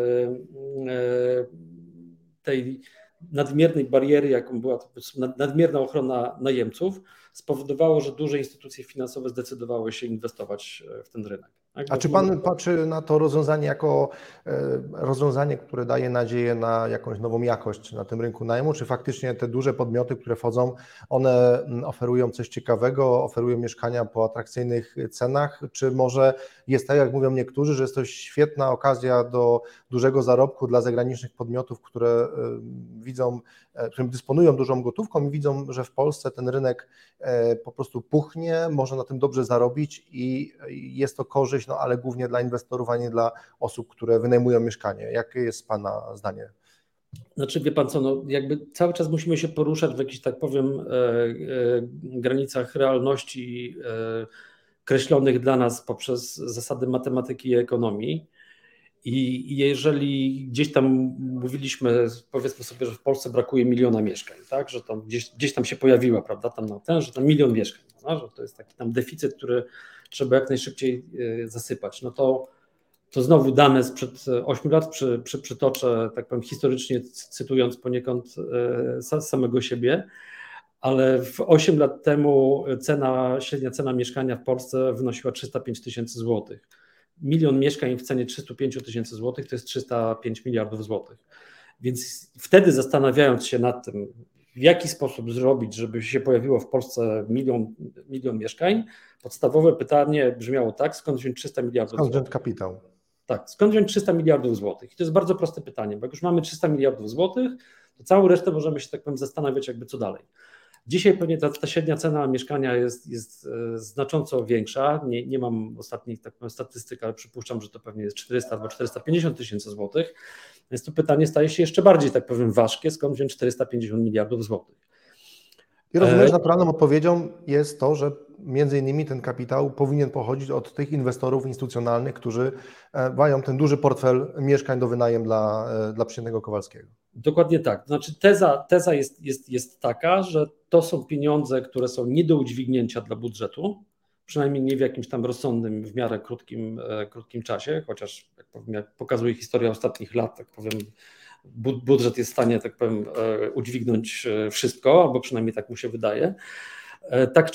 tej nadmiernej bariery, jaką była to nadmierna ochrona najemców, spowodowało, że duże instytucje finansowe zdecydowały się inwestować w ten rynek. Tak? A czy pan patrzy na to rozwiązanie jako rozwiązanie, które daje nadzieję na jakąś nową jakość na tym rynku najmu, czy faktycznie te duże podmioty, które wchodzą, one oferują coś ciekawego, oferują mieszkania po atrakcyjnych cenach, czy może jest tak, jak mówią niektórzy, że jest to świetna okazja do dużego zarobku dla zagranicznych podmiotów, które widzą, którym dysponują dużą gotówką i widzą, że w Polsce ten rynek po prostu puchnie, można na tym dobrze zarobić i jest to korzyść, no ale głównie dla inwestorów, a nie dla osób, które wynajmują mieszkanie. Jakie jest pana zdanie? Znaczy wie pan co, no jakby cały czas musimy się poruszać w jakichś, tak powiem, granicach realności kreślonych dla nas poprzez zasady matematyki i ekonomii. I jeżeli gdzieś tam mówiliśmy, powiedzmy sobie, że w Polsce brakuje 1 miliona mieszkań, tak, że tam gdzieś tam się pojawiła, prawda, że tam 1 milion mieszkań, no, że to jest taki tam deficyt, który trzeba jak najszybciej zasypać, no to znowu dane sprzed 8 lat przytoczę, tak powiem historycznie cytując poniekąd samego siebie, ale w 8 lat temu średnia cena mieszkania w Polsce wynosiła 305 tysięcy złotych. 1 milion mieszkań w cenie 305 tysięcy złotych to jest 305 miliardów złotych. Więc wtedy zastanawiając się nad tym, w jaki sposób zrobić, żeby się pojawiło w Polsce milion mieszkań, podstawowe pytanie brzmiało tak, skąd wziąć 300 miliardów złotych? Skąd wziąć kapitał? Tak, skąd wziąć 300 miliardów złotych? I to jest bardzo proste pytanie, bo jak już mamy 300 miliardów złotych, to całą resztę możemy się tak powiem zastanawiać jakby co dalej. Dzisiaj pewnie ta średnia cena mieszkania jest znacząco większa. Nie mam ostatnich tak powiem, statystyk, ale przypuszczam, że to pewnie jest 400 albo 450 tysięcy złotych. Więc to pytanie staje się jeszcze bardziej, tak powiem, ważkie, skąd wziąć 450 miliardów złotych. I rozumiem, że naturalną odpowiedzią jest to, że między innymi ten kapitał powinien pochodzić od tych inwestorów instytucjonalnych, którzy mają ten duży portfel mieszkań do wynajem dla przeciętnego Kowalskiego. Dokładnie tak. To znaczy teza jest taka, że to są pieniądze, które są nie do udźwignięcia dla budżetu, przynajmniej nie w jakimś tam rozsądnym, w miarę krótkim czasie, chociaż jak pokazuje historia ostatnich lat, tak powiem, budżet jest w stanie, tak powiem, udźwignąć wszystko, albo przynajmniej tak mu się wydaje. Tak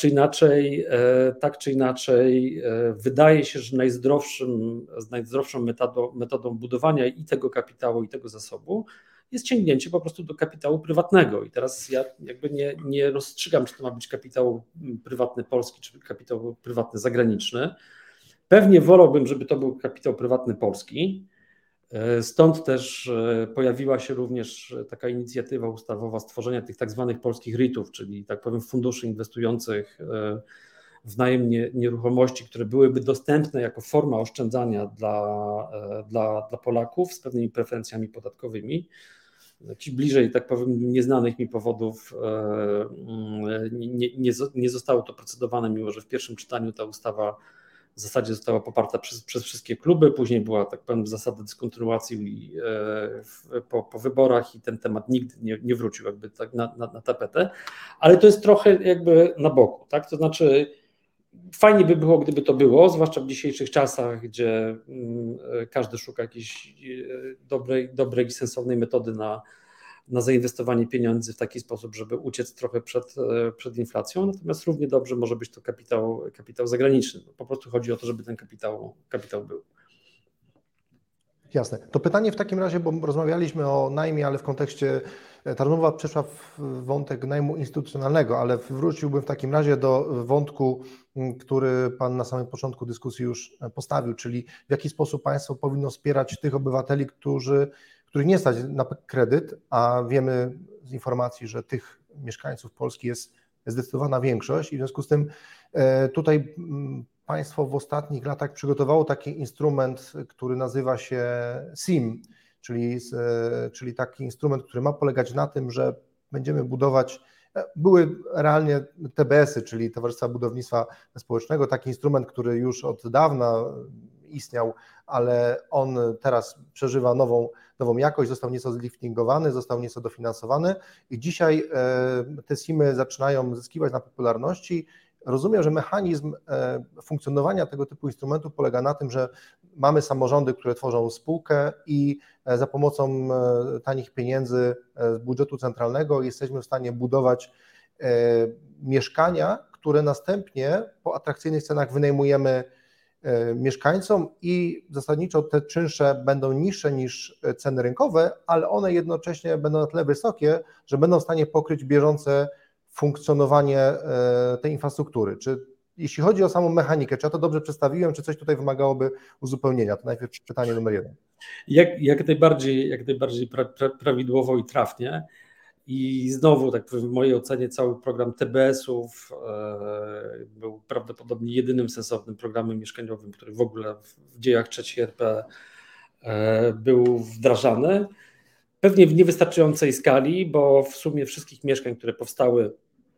czy inaczej, wydaje się, że najzdrowszą metodą budowania i tego kapitału, i tego zasobu jest sięgnięcie po prostu do kapitału prywatnego. I teraz ja jakby nie rozstrzygam, czy to ma być kapitał prywatny polski, czy kapitał prywatny zagraniczny. Pewnie wolałbym, żeby to był kapitał prywatny polski, Stąd też pojawiła się również taka inicjatywa ustawowa stworzenia tych tak zwanych polskich REIT-ów, czyli tak powiem funduszy inwestujących w najem nieruchomości, które byłyby dostępne jako forma oszczędzania dla Polaków z pewnymi preferencjami podatkowymi. Bliżej, tak powiem, nieznanych mi powodów nie zostało to procedowane, mimo że w pierwszym czytaniu ta ustawa w zasadzie została poparta przez wszystkie kluby. Później była, tak powiem, zasada dyskontynuacji po wyborach i ten temat nigdy nie wrócił jakby tak na tapetę, ale to jest trochę jakby na boku, tak? To znaczy fajnie by było, gdyby to było, zwłaszcza w dzisiejszych czasach, gdzie każdy szuka jakiejś dobrej i sensownej metody na zainwestowanie pieniędzy w taki sposób, żeby uciec trochę przed inflacją, natomiast równie dobrze może być to kapitał zagraniczny. Po prostu chodzi o to, żeby ten kapitał był. Jasne. To pytanie w takim razie, bo rozmawialiśmy o najmie, ale w kontekście, ta rozmowa przeszła w wątek najmu instytucjonalnego, ale wróciłbym w takim razie do wątku, który Pan na samym początku dyskusji już postawił, czyli w jaki sposób państwo powinno wspierać tych obywateli, których nie stać na kredyt, a wiemy z informacji, że tych mieszkańców Polski jest zdecydowana większość i w związku z tym tutaj państwo w ostatnich latach przygotowało taki instrument, który nazywa się SIM, czyli taki instrument, który ma polegać na tym, że będziemy budować, były realnie TBS-y, czyli Towarzystwa Budownictwa Społecznego, taki instrument, który już od dawna istniał, ale on teraz przeżywa nową jakość, został nieco zliftingowany, został nieco dofinansowany i dzisiaj te SIM-y zaczynają zyskiwać na popularności. Rozumiem, że mechanizm funkcjonowania tego typu instrumentu polega na tym, że mamy samorządy, które tworzą spółkę i za pomocą tanich pieniędzy z budżetu centralnego jesteśmy w stanie budować mieszkania, które następnie po atrakcyjnych cenach wynajmujemy mieszkańcom i zasadniczo te czynsze będą niższe niż ceny rynkowe, ale one jednocześnie będą na tyle wysokie, że będą w stanie pokryć bieżące funkcjonowanie tej infrastruktury. Czy jeśli chodzi o samą mechanikę, czy ja to dobrze przedstawiłem, czy coś tutaj wymagałoby uzupełnienia? To najpierw pytanie numer 1. Jak najbardziej prawidłowo i trafnie. I znowu, tak powiem, w mojej ocenie cały program TBS-ów był prawdopodobnie jedynym sensownym programem mieszkaniowym, który w ogóle w dziejach III RP był wdrażany. Pewnie w niewystarczającej skali, bo w sumie wszystkich mieszkań, które powstały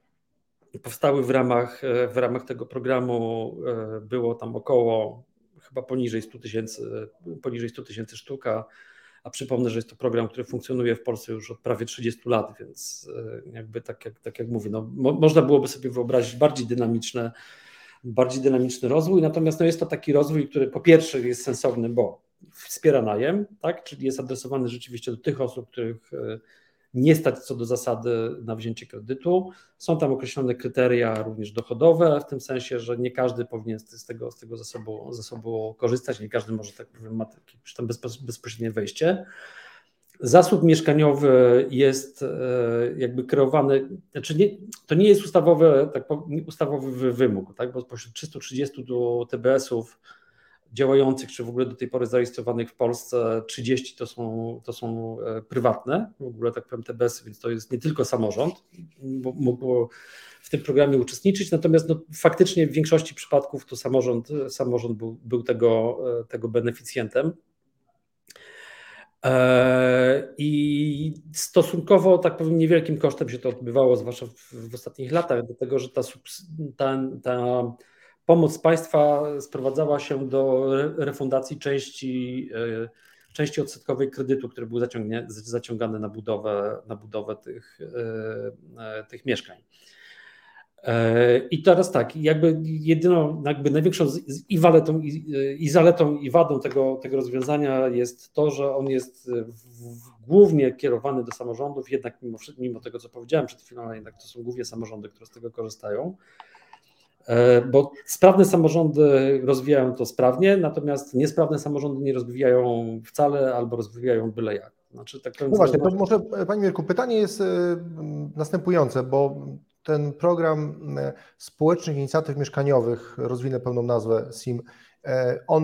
w ramach tego programu było tam około chyba poniżej 100 tysięcy sztuk, a przypomnę, że jest to program, który funkcjonuje w Polsce już od prawie 30 lat, więc jakby tak jak mówię, no, można byłoby sobie wyobrazić bardziej dynamiczny rozwój, natomiast no, jest to taki rozwój, który po pierwsze jest sensowny, bo wspiera najem, tak? Czyli jest adresowany rzeczywiście do tych osób, których nie stać co do zasady na wzięcie kredytu. Są tam określone kryteria również dochodowe, w tym sensie, że nie każdy powinien z tego zasobu korzystać, nie każdy może, tak powiem, ma jakieś tam bezpośrednie wejście. Zasób mieszkaniowy jest jakby kreowany, znaczy to nie jest ustawowy wymóg, tak? Bo spośród 330 do TBS-ów działających, czy w ogóle do tej pory zarejestrowanych w Polsce 30 to są prywatne, w ogóle tak powiem TBS, więc to jest nie tylko samorząd, mógł w tym programie uczestniczyć, natomiast no, faktycznie w większości przypadków to samorząd był tego beneficjentem. I stosunkowo, tak powiem, niewielkim kosztem się to odbywało, zwłaszcza w ostatnich latach, dlatego że ta pomoc państwa sprowadzała się do refundacji części odsetkowej kredytu, który był zaciągany na budowę tych mieszkań. I teraz tak, jakby największą zaletą i wadą tego rozwiązania jest to, że on jest głównie kierowany do samorządów, jednak mimo tego, co powiedziałem przed chwilą, jednak to są głównie samorządy, które z tego korzystają. Bo sprawne samorządy rozwijają to sprawnie, natomiast niesprawne samorządy nie rozwijają wcale albo rozwijają byle jak. Znaczy, tak powiem, no właśnie, to może Panie Mirku, pytanie jest następujące, bo ten program społecznych inicjatyw mieszkaniowych, rozwinę pełną nazwę SIM, on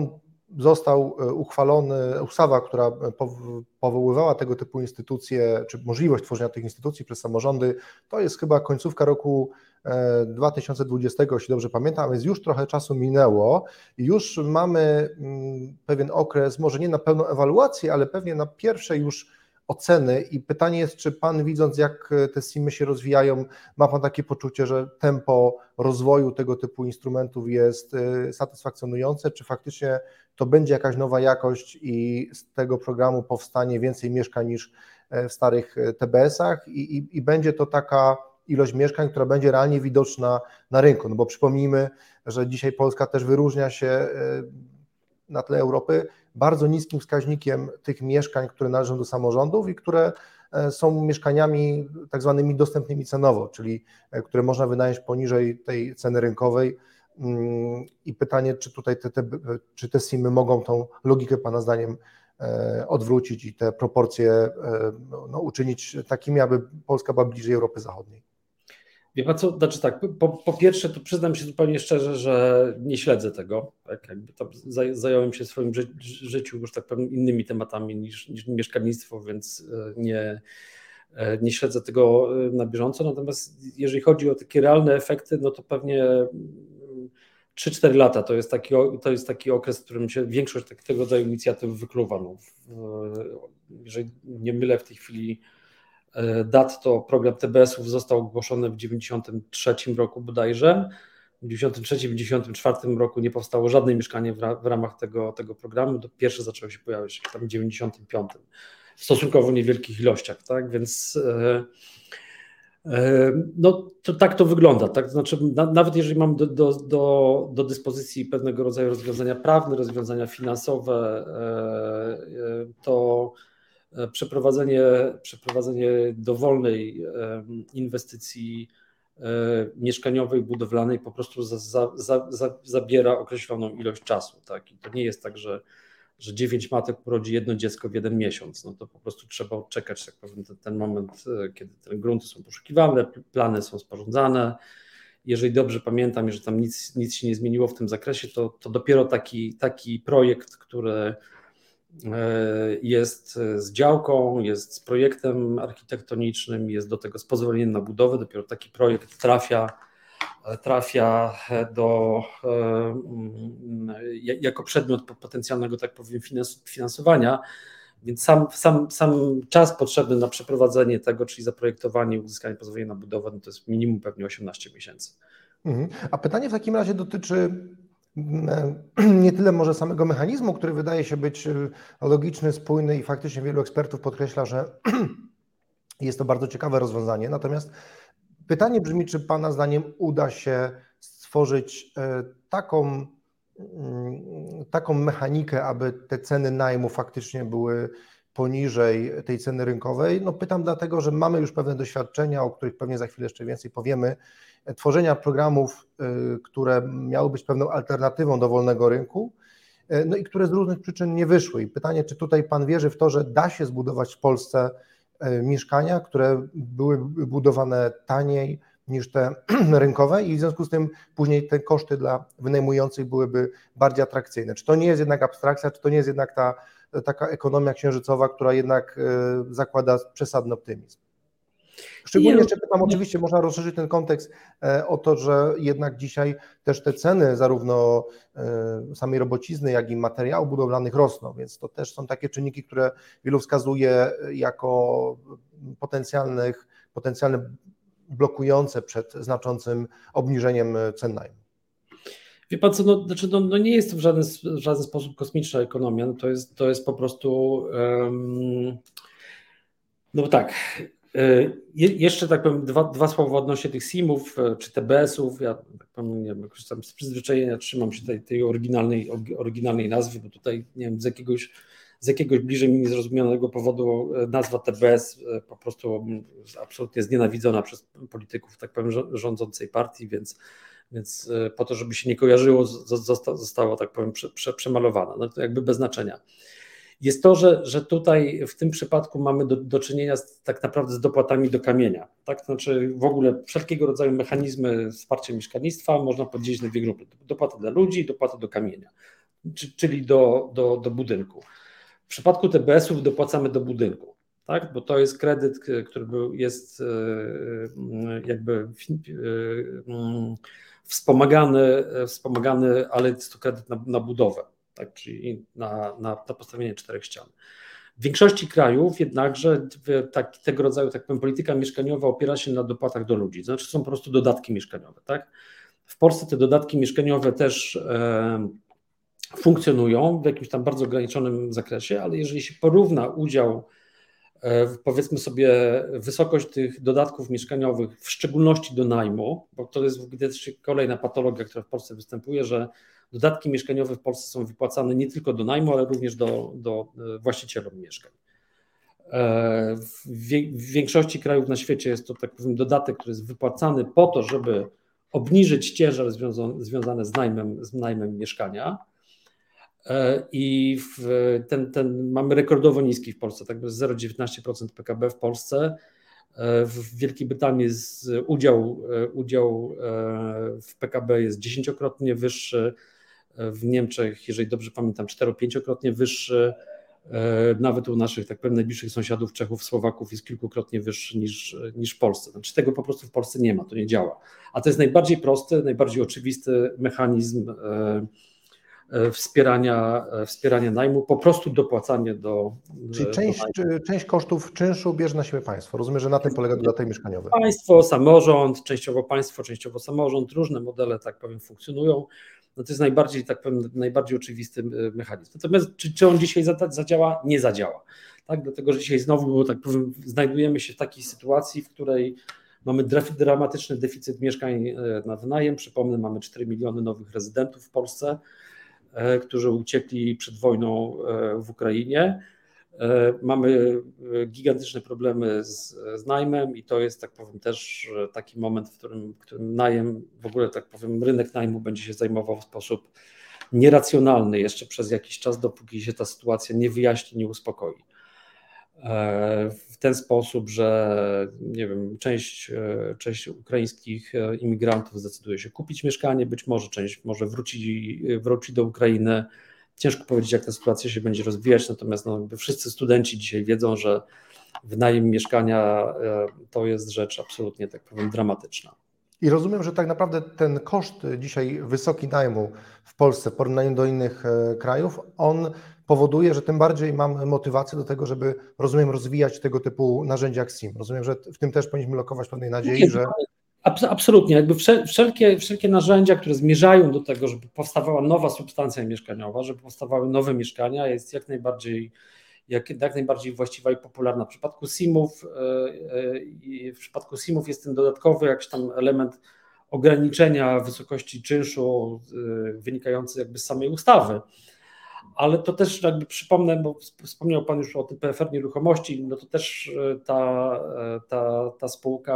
został uchwalony ustawa, która powoływała tego typu instytucje, czy możliwość tworzenia tych instytucji przez samorządy, to jest chyba końcówka roku 2020, jeśli dobrze pamiętam, więc już trochę czasu minęło i już mamy pewien okres, może nie na pełną ewaluację, ale pewnie na pierwsze już oceny i pytanie jest, czy Pan, widząc jak te SIM-y się rozwijają, ma Pan takie poczucie, że tempo rozwoju tego typu instrumentów jest satysfakcjonujące, czy faktycznie to będzie jakaś nowa jakość i z tego programu powstanie więcej mieszkań niż w starych TBS-ach i będzie to taka ilość mieszkań, która będzie realnie widoczna na rynku, no bo przypomnijmy, że dzisiaj Polska też wyróżnia się na tle Europy bardzo niskim wskaźnikiem tych mieszkań, które należą do samorządów i które są mieszkaniami tak zwanymi dostępnymi cenowo, czyli które można wynająć poniżej tej ceny rynkowej i pytanie, czy tutaj czy te SIM-y mogą tą logikę Pana zdaniem odwrócić i te proporcje uczynić takimi, aby Polska była bliżej Europy Zachodniej. Wie Pan co, znaczy tak, po pierwsze to przyznam się zupełnie szczerze, że nie śledzę tego, tak jakby tam zająłem się w swoim życiu już tak powiem innymi tematami niż mieszkalnictwo, więc nie śledzę tego na bieżąco, natomiast jeżeli chodzi o takie realne efekty, no to pewnie 3-4 lata to jest taki okres, w którym się większość tego rodzaju inicjatyw wykluwa. No, jeżeli nie mylę w tej chwili dat, to program TBS-ów został ogłoszony w 1993 roku bodajże. W 1993-1994 roku nie powstało żadne mieszkanie w ramach tego programu. Pierwsze zaczęło się pojawiać tam w 1995 w stosunkowo niewielkich ilościach, tak? Więc no to tak to wygląda. Tak? Znaczy, nawet jeżeli mam do dyspozycji pewnego rodzaju rozwiązania prawne, rozwiązania finansowe, to przeprowadzenie dowolnej inwestycji mieszkaniowej, budowlanej po prostu zabiera określoną ilość czasu. Tak? I to nie jest tak, że 9 matek urodzi jedno dziecko w jeden miesiąc. No to po prostu trzeba odczekać, tak powiem, ten moment, kiedy te grunty są poszukiwane, plany są sporządzane. Jeżeli dobrze pamiętam, że tam nic się nie zmieniło w tym zakresie, to dopiero taki projekt, który jest z działką, jest z projektem architektonicznym, jest do tego z pozwoleniem na budowę, dopiero taki projekt trafia jako przedmiot potencjalnego, tak powiem, finansowania, więc sam czas potrzebny na przeprowadzenie tego, czyli zaprojektowanie i uzyskanie pozwolenia na budowę, no to jest minimum pewnie 18 miesięcy. A pytanie w takim razie dotyczy nie tyle może samego mechanizmu, który wydaje się być logiczny, spójny i faktycznie wielu ekspertów podkreśla, że jest to bardzo ciekawe rozwiązanie. Natomiast pytanie brzmi, czy Pana zdaniem uda się stworzyć taką mechanikę, aby te ceny najmu faktycznie były poniżej tej ceny rynkowej? No pytam dlatego, że mamy już pewne doświadczenia, o których pewnie za chwilę jeszcze więcej powiemy, tworzenia programów, które miały być pewną alternatywą do wolnego rynku, no i które z różnych przyczyn nie wyszły. I pytanie, czy tutaj Pan wierzy w to, że da się zbudować w Polsce mieszkania, które były budowane taniej niż te rynkowe i w związku z tym później te koszty dla wynajmujących byłyby bardziej atrakcyjne. Czy to nie jest jednak abstrakcja, czy to nie jest jednak taka ekonomia księżycowa, która jednak zakłada przesadny optymizm? Szczególnie jeszcze pytam, oczywiście można rozszerzyć ten kontekst o to, że jednak dzisiaj też te ceny zarówno samej robocizny, jak i materiałów budowlanych rosną, więc to też są takie czynniki, które wielu wskazuje jako potencjalne blokujące przed znaczącym obniżeniem cen najmu. Wie Pan co, no nie jest to w żaden sposób kosmiczna ekonomia, no to jest po prostu no tak. Jeszcze tak powiem dwa słowa odnośnie tych SIM-ów czy TBS-ów. Ja tak powiem, nie wiem, jakoś tam z przyzwyczajenia trzymam się tej oryginalnej nazwy, bo tutaj nie wiem, z jakiegoś bliżej mi niezrozumianego powodu nazwa TBS po prostu absolutnie znienawidzona przez polityków, tak powiem, rządzącej partii, więc po to, żeby się nie kojarzyło, zostało, tak powiem, przemalowane. No to jakby bez znaczenia. Jest to, że tutaj w tym przypadku mamy do czynienia tak naprawdę z dopłatami do kamienia. Tak? Znaczy w ogóle wszelkiego rodzaju mechanizmy wsparcia mieszkalnictwa można podzielić na dwie grupy. Dopłaty dla ludzi i dopłaty do kamienia. czyli do budynku. W przypadku TBS-ów dopłacamy do budynku, tak? Bo to jest kredyt, który jest jakby wspomagany, ale jest to kredyt na budowę, tak? Czyli na postawienie 4 ścian. W większości krajów jednakże tego rodzaju, tak powiem, polityka mieszkaniowa opiera się na dopłatach do ludzi, to znaczy są po prostu dodatki mieszkaniowe, tak? W Polsce te dodatki mieszkaniowe też funkcjonują w jakimś tam bardzo ograniczonym zakresie, ale jeżeli się porówna udział, powiedzmy sobie, wysokość tych dodatków mieszkaniowych, w szczególności do najmu, bo to jest widać kolejna patologia, która w Polsce występuje, że dodatki mieszkaniowe w Polsce są wypłacane nie tylko do najmu, ale również do właścicielom mieszkań. W większości krajów na świecie jest to, tak powiem, dodatek, który jest wypłacany po to, żeby obniżyć ciężar związany z najmem mieszkania. I mamy rekordowo niski w Polsce, tak 0,19% PKB w Polsce. W Wielkiej Brytanii udział w PKB jest 10-krotnie wyższy, w Niemczech, jeżeli dobrze pamiętam, 4-5-krotnie wyższy, nawet u naszych, tak powiem, najbliższych sąsiadów, Czechów, Słowaków jest kilkukrotnie wyższy niż w Polsce. Znaczy tego po prostu w Polsce nie ma, to nie działa. A to jest najbardziej prosty, najbardziej oczywisty mechanizm wspierania najmu, po prostu dopłacanie do... Czyli część kosztów czynszu bierze na siebie państwo. Rozumiem, że na tym polega dodatek mieszkaniowy. Państwo, samorząd, częściowo państwo, częściowo samorząd, różne modele, tak powiem, funkcjonują. No to jest najbardziej, tak powiem, najbardziej oczywisty mechanizm. Natomiast czy on dzisiaj zadziała? Nie zadziała. Tak? Dlatego, że dzisiaj znowu, tak powiem, znajdujemy się w takiej sytuacji, w której mamy dramatyczny deficyt mieszkań na wynajem. Przypomnę, mamy 4 miliony nowych rezydentów w Polsce, którzy uciekli przed wojną w Ukrainie. Mamy gigantyczne problemy z najmem i to jest, tak powiem, też taki moment, w którym najem, w ogóle, tak powiem, rynek najmu będzie się zajmował w sposób nieracjonalny jeszcze przez jakiś czas, dopóki się ta sytuacja nie wyjaśni, nie uspokoi. W ten sposób, że nie wiem, część ukraińskich imigrantów zdecyduje się kupić mieszkanie, być może część może wróci do Ukrainy. Ciężko powiedzieć, jak ta sytuacja się będzie rozwijać, natomiast wszyscy studenci dzisiaj wiedzą, że wynajem mieszkania to jest rzecz absolutnie, tak powiem, dramatyczna. I rozumiem, że tak naprawdę ten koszt dzisiaj wysoki najmu w Polsce w porównaniu do innych krajów, on powoduje, że tym bardziej mamy motywację do tego, żeby, rozumiem, rozwijać tego typu narzędzia jak SIM. Rozumiem, że w tym też powinniśmy lokować pewnej nadziei, że... Absolutnie. Jakby wszelkie narzędzia, które zmierzają do tego, żeby powstawała nowa substancja mieszkaniowa, żeby powstawały nowe mieszkania, jest jak najbardziej właściwa i popularna. W przypadku SIM-ów jest ten dodatkowy jakiś tam element ograniczenia wysokości czynszu wynikający jakby z samej ustawy. Ale to też jakby przypomnę, bo wspomniał Pan już o tym PFR Nieruchomości, no to też ta spółka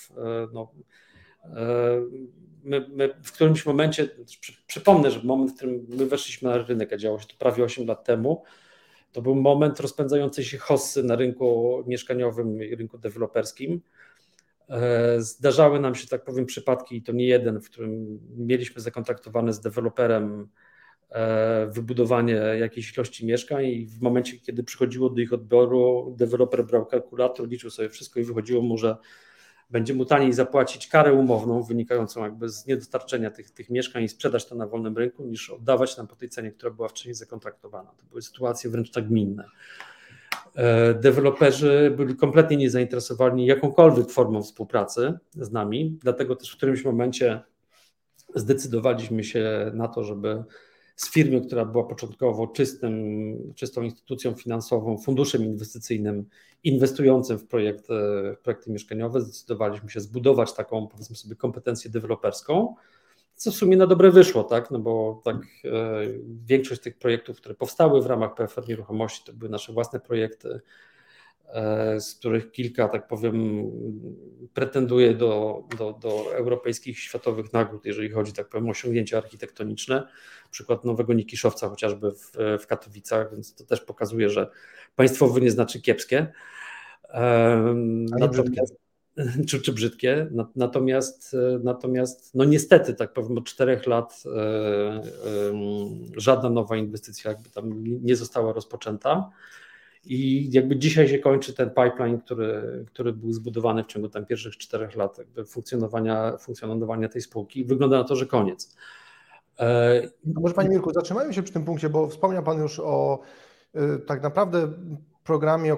my w którymś momencie, przypomnę, że moment, w którym my weszliśmy na rynek, a działo się to prawie 8 lat temu, to był moment rozpędzającej się hossy na rynku mieszkaniowym i rynku deweloperskim. Zdarzały nam się, tak powiem, przypadki, i to nie jeden, w którym mieliśmy zakontraktowane z deweloperem wybudowanie jakiejś ilości mieszkań i w momencie, kiedy przychodziło do ich odbioru, deweloper brał kalkulator, liczył sobie wszystko i wychodziło mu, że będzie mu taniej zapłacić karę umowną wynikającą jakby z niedostarczenia tych mieszkań i sprzedać to na wolnym rynku, niż oddawać nam po tej cenie, która była wcześniej zakontraktowana. To były sytuacje wręcz nagminne. Deweloperzy byli kompletnie niezainteresowani jakąkolwiek formą współpracy z nami, dlatego też w którymś momencie zdecydowaliśmy się na to, żeby z firmy, która była początkowo czystą instytucją finansową, funduszem inwestycyjnym inwestującym w projekty mieszkaniowe, zdecydowaliśmy się zbudować taką, powiedzmy sobie, kompetencję deweloperską, co w sumie na dobre wyszło, tak? No bo tak większość tych projektów, które powstały w ramach PFR Nieruchomości, to były nasze własne projekty, z których kilka, tak powiem, pretenduje do europejskich, światowych nagród, jeżeli chodzi, tak powiem, o osiągnięcia architektoniczne. Przykład Nowego Nikiszowca chociażby w Katowicach, więc to też pokazuje, że państwowe nie znaczy kiepskie. A nie brzydkie. czy brzydkie, natomiast no niestety, tak powiem, od 4 lat żadna nowa inwestycja jakby tam nie została rozpoczęta i jakby dzisiaj się kończy ten pipeline, który był zbudowany w ciągu tam pierwszych 4 lat jakby funkcjonowania tej spółki. Wygląda na to, że koniec. A może Panie Mirku, zatrzymajmy się przy tym punkcie, bo wspomniał Pan już o tak naprawdę programie,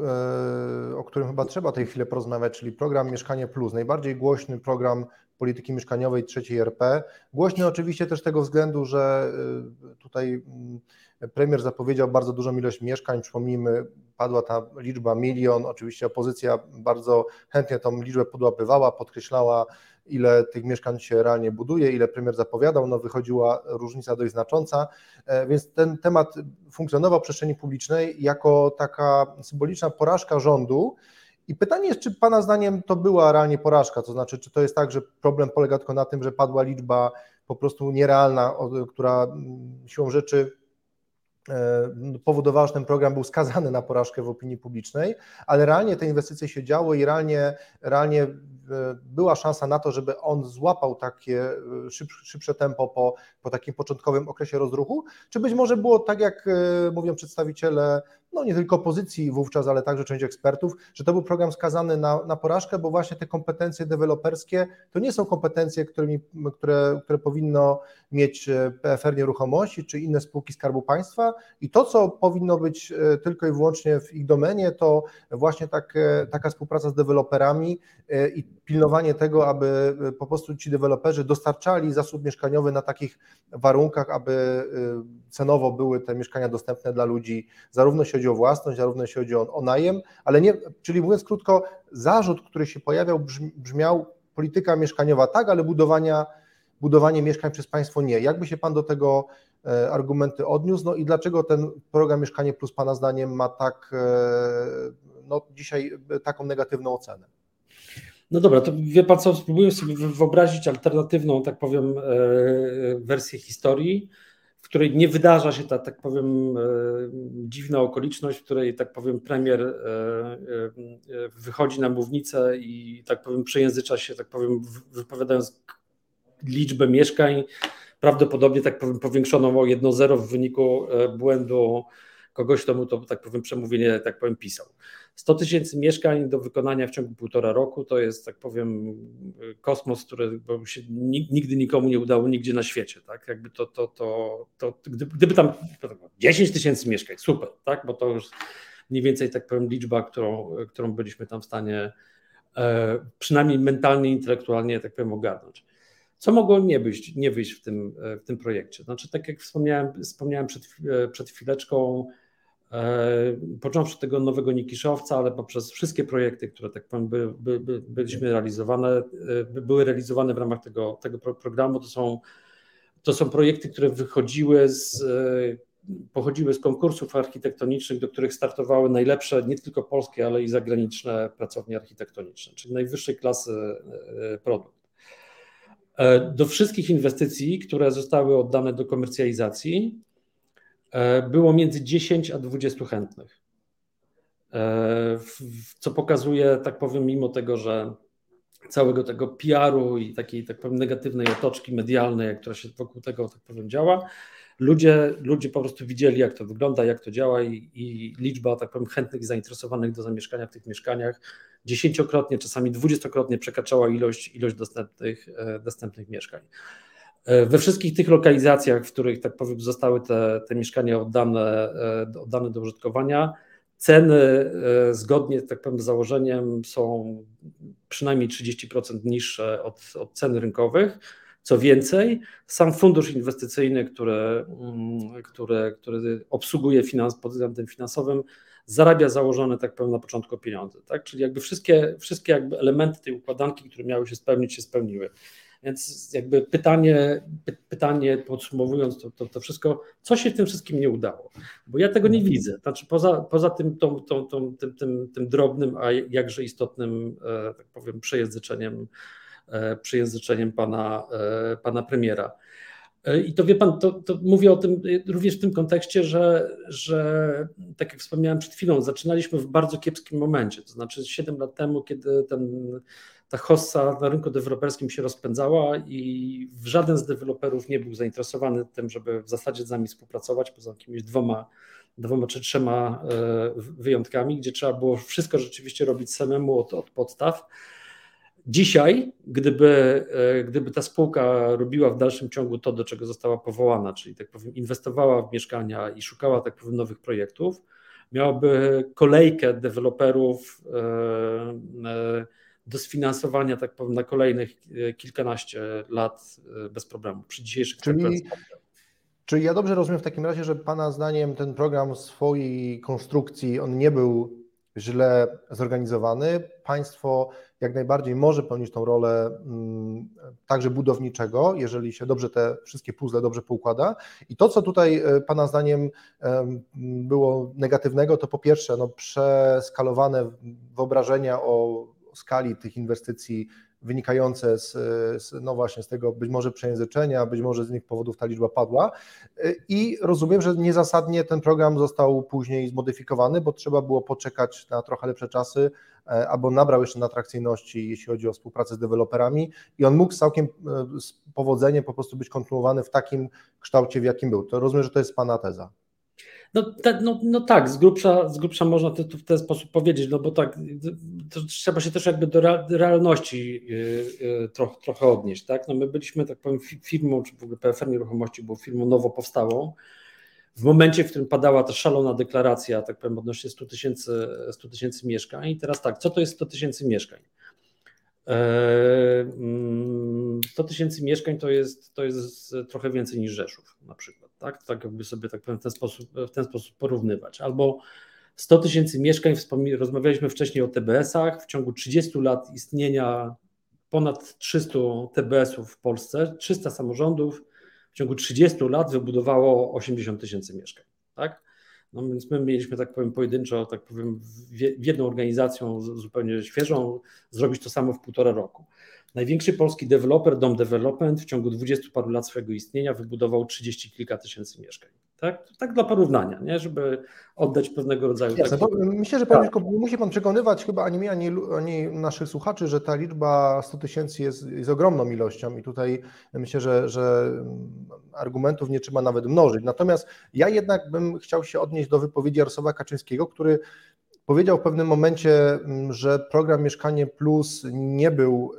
o którym chyba trzeba tej chwili porozmawiać, czyli program Mieszkanie Plus, najbardziej głośny program polityki mieszkaniowej III RP. Głośny oczywiście też z tego względu, że tutaj premier zapowiedział bardzo dużą ilość mieszkań, przypomnijmy, padła ta liczba 1 000 000, oczywiście opozycja bardzo chętnie tą liczbę podłapywała, podkreślała, ile tych mieszkań się realnie buduje, ile premier zapowiadał, no wychodziła różnica dość znacząca, więc ten temat funkcjonował w przestrzeni publicznej jako taka symboliczna porażka rządu. I pytanie jest, czy Pana zdaniem to była realnie porażka, to znaczy, czy to jest tak, że problem polega tylko na tym, że padła liczba po prostu nierealna, która siłą rzeczy powodowała, że ten program był skazany na porażkę w opinii publicznej, ale realnie te inwestycje się działy i realnie była szansa na to, żeby on złapał takie szybsze tempo po takim początkowym okresie rozruchu, czy być może było tak, jak mówią przedstawiciele, no nie tylko opozycji wówczas, ale także część ekspertów, że to był program skazany na porażkę, bo właśnie te kompetencje deweloperskie to nie są kompetencje, które powinno mieć PFR Nieruchomości czy inne spółki Skarbu Państwa i to, co powinno być tylko i wyłącznie w ich domenie, to właśnie taka współpraca z deweloperami i pilnowanie tego, aby po prostu ci deweloperzy dostarczali zasób mieszkaniowy na takich warunkach, aby cenowo były te mieszkania dostępne dla ludzi, zarówno jeśli chodzi o własność, zarówno jeśli chodzi o najem, ale nie, czyli mówiąc krótko, zarzut, który się pojawiał, brzmiał polityka mieszkaniowa tak, ale budowanie mieszkań przez państwo nie. Jakby się Pan do tego argumenty odniósł, no i dlaczego ten program Mieszkanie Plus Pana zdaniem ma dzisiaj taką negatywną ocenę? No dobra, to wie Pan co, spróbuję sobie wyobrazić alternatywną, tak powiem, wersję historii, w której nie wydarza się ta, tak powiem, dziwna okoliczność, w której, tak powiem, premier wychodzi na mównicę i, tak powiem, przejęzycza się, tak powiem, wypowiadając liczbę mieszkań, prawdopodobnie, tak powiem, powiększoną o 1-0 w wyniku błędu kogoś, kto mu to, tak powiem, przemówienie, tak powiem, pisał. 100 000 mieszkań do wykonania w ciągu 1,5 roku to jest, tak powiem, kosmos, który się nigdy nikomu nie udało nigdzie na świecie, tak? Jakby gdyby tam 10 000 mieszkań, super, tak? Bo to już mniej więcej, tak powiem, liczba, którą byliśmy tam w stanie przynajmniej mentalnie, intelektualnie, tak powiem, ogarnąć. Co mogło nie wyjść w tym projekcie? Znaczy, tak jak wspomniałem przed chwileczką, począwszy od tego nowego Nikiszowca, ale poprzez wszystkie projekty, które, tak powiem, byliśmy były realizowane w ramach tego programu, to są projekty, które pochodziły z konkursów architektonicznych, do których startowały najlepsze nie tylko polskie, ale i zagraniczne pracownie architektoniczne, czyli najwyższej klasy produkt. Do wszystkich inwestycji, które zostały oddane do komercjalizacji, było między 10 a 20 chętnych, co pokazuje, tak powiem, mimo tego, że całego tego PR-u i takiej, tak powiem, negatywnej otoczki medialnej, która się wokół tego, tak powiem, działa, ludzie po prostu widzieli, jak to wygląda, jak to działa i liczba, tak powiem, chętnych i zainteresowanych do zamieszkania w tych mieszkaniach 10-krotnie, czasami 20-krotnie przekraczała ilość dostępnych mieszkań. We wszystkich tych lokalizacjach, w których, tak powiem, zostały te mieszkania oddane do użytkowania, ceny zgodnie, tak powiem, z założeniem są przynajmniej 30% niższe od cen rynkowych. Co więcej, sam fundusz inwestycyjny, który obsługuje pod względem finansowym, zarabia założone, tak powiem, na początku pieniądze. Tak? Czyli jakby wszystkie jakby elementy tej układanki, które miały się spełnić, się spełniły. Więc jakby pytanie podsumowując to wszystko, co się w tym wszystkim nie udało? Bo ja tego nie widzę. Znaczy poza tym drobnym, a jakże istotnym, tak powiem, przejęzyczeniem pana premiera. I to wie pan, to mówię o tym również w tym kontekście, że tak jak wspomniałem przed chwilą, zaczynaliśmy w bardzo kiepskim momencie, to znaczy 7 lat temu, kiedy ta hossa na rynku deweloperskim się rozpędzała i żaden z deweloperów nie był zainteresowany tym, żeby w zasadzie z nami współpracować, poza jakimiś dwoma czy trzema wyjątkami, gdzie trzeba było wszystko rzeczywiście robić samemu od podstaw. Dzisiaj, gdyby ta spółka robiła w dalszym ciągu to, do czego została powołana, czyli tak powiem, inwestowała w mieszkania i szukała tak powiem nowych projektów, miałaby kolejkę deweloperów do sfinansowania tak powiem na kolejnych kilkanaście lat bez problemu przy dzisiejszych Czyli ja dobrze rozumiem w takim razie, że Pana zdaniem ten program w swojej konstrukcji, on nie był źle zorganizowany. Państwo jak najbardziej może pełnić tą rolę także budowniczego, jeżeli się dobrze te wszystkie puzzle dobrze poukłada. I to, co tutaj Pana zdaniem było negatywnego, to po pierwsze przeskalowane wyobrażenia o skali tych inwestycji wynikające właśnie z tego być może przejęzyczenia, być może z innych powodów ta liczba padła i rozumiem, że niezasadnie ten program został później zmodyfikowany, bo trzeba było poczekać na trochę lepsze czasy, albo nabrał jeszcze na atrakcyjności, jeśli chodzi o współpracę z deweloperami i on mógł całkiem z powodzeniem po prostu być kontynuowany w takim kształcie, w jakim był. To rozumiem, że to jest Pana teza. No tak, z grubsza można to w ten sposób powiedzieć, no bo tak, to trzeba się też jakby do realności trochę odnieść, tak? No my byliśmy, tak powiem, firmą, czy w ogóle PFR Nieruchomości był firmą nowo powstałą. W momencie, w którym padała ta szalona deklaracja, tak powiem, odnośnie 100 tysięcy mieszkań. I teraz tak, co to jest 100 tysięcy mieszkań? 100 tysięcy mieszkań to jest trochę więcej niż Rzeszów na przykład, tak? Tak jakby sobie tak powiem, w ten sposób porównywać. Albo 100 tysięcy mieszkań, rozmawialiśmy wcześniej o TBS-ach, w ciągu 30 lat istnienia ponad 300 TBS-ów w Polsce, 300 samorządów w ciągu 30 lat wybudowało 80 tysięcy mieszkań, tak? No więc my mieliśmy, tak powiem, pojedynczo, tak powiem, w jedną organizacją zupełnie świeżą zrobić to samo w 1,5 roku. Największy polski deweloper, Dom Development, w ciągu 20 paru lat swojego istnienia wybudował 30 kilka tysięcy mieszkań. Tak dla porównania, nie? Żeby oddać pewnego rodzaju... Jasne, myślę, że nie musi Pan przekonywać chyba ani mnie, ani naszych słuchaczy, że ta liczba 100 tysięcy jest ogromną ilością i tutaj myślę, że argumentów nie trzeba nawet mnożyć. Natomiast ja jednak bym chciał się odnieść do wypowiedzi Jarosława Kaczyńskiego, który powiedział w pewnym momencie, że program Mieszkanie Plus nie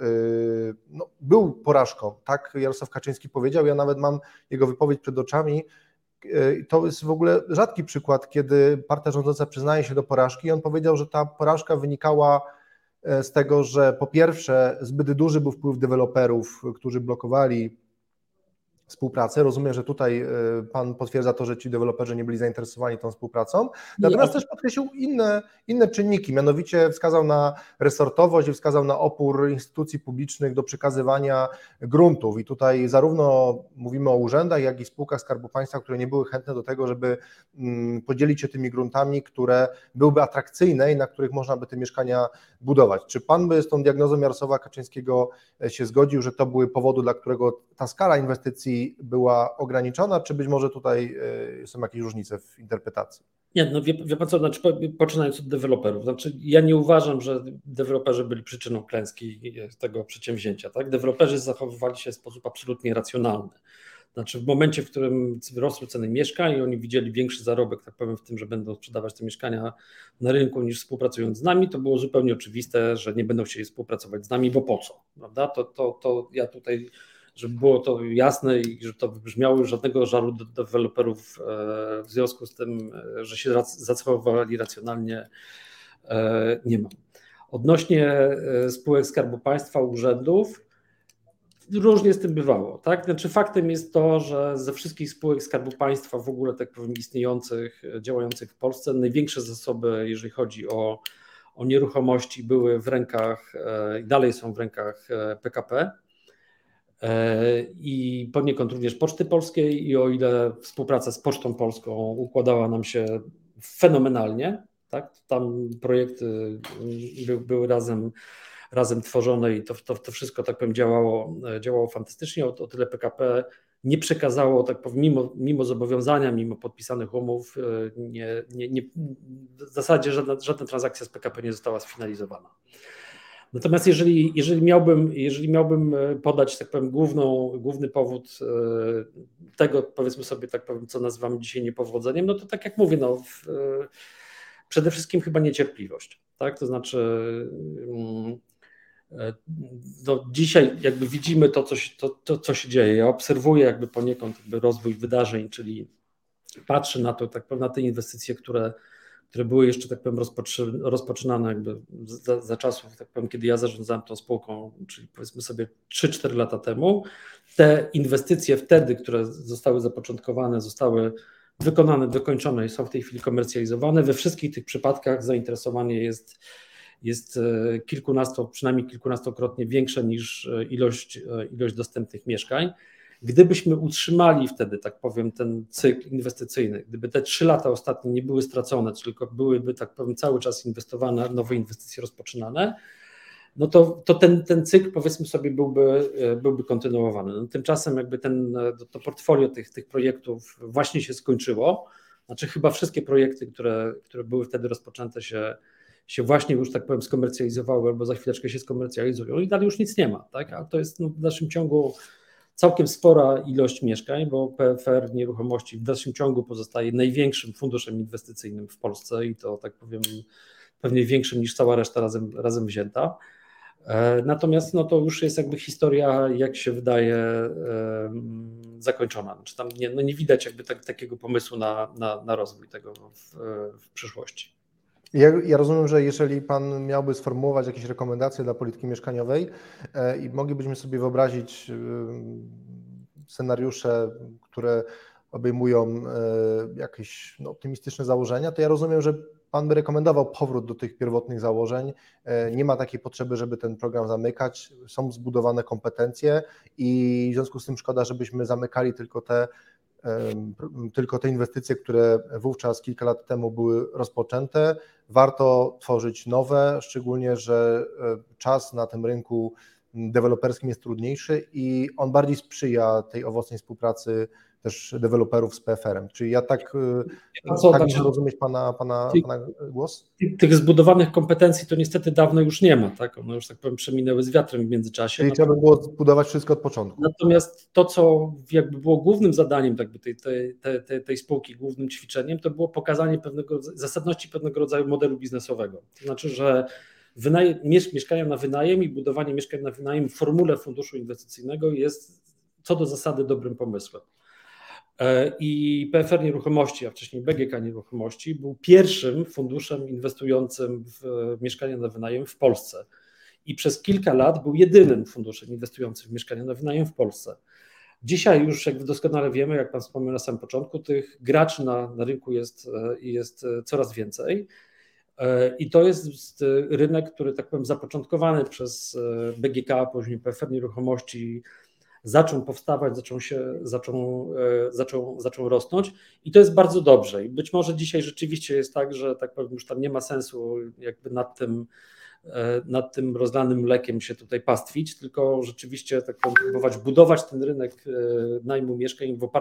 był porażką. Tak Jarosław Kaczyński powiedział, ja nawet mam jego wypowiedź przed oczami. To jest w ogóle rzadki przykład, kiedy partia rządząca przyznaje się do porażki i on powiedział, że ta porażka wynikała z tego, że po pierwsze zbyt duży był wpływ deweloperów, którzy blokowali współpracę. Rozumiem, że tutaj Pan potwierdza to, że ci deweloperzy nie byli zainteresowani tą współpracą. Natomiast też podkreślił inne czynniki, mianowicie wskazał na resortowość i wskazał na opór instytucji publicznych do przekazywania gruntów. I tutaj zarówno mówimy o urzędach, jak i spółkach Skarbu Państwa, które nie były chętne do tego, żeby podzielić się tymi gruntami, które byłyby atrakcyjne i na których można by te mieszkania budować. Czy Pan by z tą diagnozą Jarosława Kaczyńskiego się zgodził, że to były powody, dla którego ta skala inwestycji była ograniczona, czy być może tutaj są jakieś różnice w interpretacji? Nie, no wie Pan co, znaczy, poczynając od deweloperów, znaczy ja nie uważam, że deweloperzy byli przyczyną klęski tego przedsięwzięcia, tak? Deweloperzy zachowywali się w sposób absolutnie racjonalny. Znaczy w momencie, w którym rosły ceny mieszkań i oni widzieli większy zarobek, tak powiem, w tym, że będą sprzedawać te mieszkania na rynku niż współpracując z nami, to było zupełnie oczywiste, że nie będą chcieli współpracować z nami, bo po co, prawda? To ja tutaj, żeby było to jasne i żeby to wybrzmiało, żadnego żalu do deweloperów w związku z tym, że się zachowywali racjonalnie, nie mam. Odnośnie spółek Skarbu Państwa, urzędów, różnie z tym bywało, tak? Znaczy faktem jest to, że ze wszystkich spółek Skarbu Państwa w ogóle, tak powiem, istniejących, działających w Polsce, największe zasoby, jeżeli chodzi o nieruchomości, były w rękach i dalej są w rękach PKP i poniekąd również Poczty Polskiej i o ile współpraca z Pocztą Polską układała nam się fenomenalnie, tak? Tam projekty były razem tworzone i to wszystko, tak powiem, działało fantastycznie. O tyle PKP nie przekazało, tak powiem, mimo zobowiązania, mimo podpisanych umów, w zasadzie żadna transakcja z PKP nie została sfinalizowana. Natomiast jeżeli miałbym podać, tak powiem, główny powód tego, powiedzmy sobie, tak powiem, co nazywamy dzisiaj niepowodzeniem, no to tak jak mówię, przede wszystkim chyba niecierpliwość, tak? To znaczy dzisiaj jakby widzimy to, co się dzieje. Ja obserwuję jakby poniekąd rozwój wydarzeń, czyli patrzę na to, tak powiem, na te inwestycje, które były jeszcze, tak powiem, rozpoczynane jakby za czasów, tak powiem, kiedy ja zarządzałem tą spółką, czyli powiedzmy sobie 3-4 lata temu. Te inwestycje wtedy, które zostały zapoczątkowane, zostały wykonane, dokończone i są w tej chwili komercjalizowane. We wszystkich tych przypadkach zainteresowanie jest przynajmniej kilkunastokrotnie większe niż ilość dostępnych mieszkań. Gdybyśmy utrzymali wtedy, tak powiem, ten cykl inwestycyjny, gdyby te 3 lata ostatnie nie były stracone, tylko byłyby, tak powiem, cały czas inwestowane, nowe inwestycje rozpoczynane, no to ten cykl, powiedzmy sobie, byłby kontynuowany. No, tymczasem jakby to portfolio tych projektów właśnie się skończyło. Znaczy chyba wszystkie projekty, które były wtedy rozpoczęte się właśnie już, tak powiem, skomercjalizowały albo za chwileczkę się skomercjalizują i dalej już nic nie ma, tak? A to jest w dalszym ciągu całkiem spora ilość mieszkań, bo PFR Nieruchomości w dalszym ciągu pozostaje największym funduszem inwestycyjnym w Polsce i to, tak powiem, pewnie większym niż cała reszta razem wzięta. Natomiast to już jest jakby historia, jak się wydaje, zakończona. Znaczy tam nie widać jakby takiego pomysłu na rozwój tego w przyszłości. Ja rozumiem, że jeżeli Pan miałby sformułować jakieś rekomendacje dla polityki mieszkaniowej i moglibyśmy sobie wyobrazić scenariusze, które obejmują jakieś optymistyczne założenia, to ja rozumiem, że Pan by rekomendował powrót do tych pierwotnych założeń. Nie ma takiej potrzeby, żeby ten program zamykać. Są zbudowane kompetencje i w związku z tym szkoda, żebyśmy zamykali tylko te inwestycje, które wówczas kilka lat temu były rozpoczęte. Warto tworzyć nowe, szczególnie że czas na tym rynku deweloperskim jest trudniejszy i on bardziej sprzyja tej owocnej współpracy też deweloperów z PFR-em. Czyli ja tak muszę rozumieć pana głos? Tych zbudowanych kompetencji to niestety dawno już nie ma, tak? One już, tak powiem, przeminęły z wiatrem w międzyczasie. Czyli trzeba by było zbudować wszystko od początku. Natomiast to, co jakby było głównym zadaniem jakby tej spółki, głównym ćwiczeniem, to było pokazanie zasadności pewnego rodzaju modelu biznesowego. To znaczy, że mieszkania na wynajem i budowanie mieszkań na wynajem w formule funduszu inwestycyjnego jest co do zasady dobrym pomysłem. I PFR Nieruchomości, a wcześniej BGK Nieruchomości, był pierwszym funduszem inwestującym w mieszkania na wynajem w Polsce. I przez kilka lat był jedynym funduszem inwestującym w mieszkania na wynajem w Polsce. Dzisiaj już, jak doskonale wiemy, jak Pan wspomniał na samym początku, tych graczy na rynku jest coraz więcej. I to jest rynek, który, tak powiem, zapoczątkowany przez BGK, a później PFR Nieruchomości, zaczął powstawać, zaczął rosnąć i to jest bardzo dobrze. I być może dzisiaj rzeczywiście jest tak, że, tak powiem, już tam nie ma sensu jakby nad tym rozlanym mlekiem się tutaj pastwić, tylko rzeczywiście, tak powiem, próbować budować ten rynek najmu mieszkań w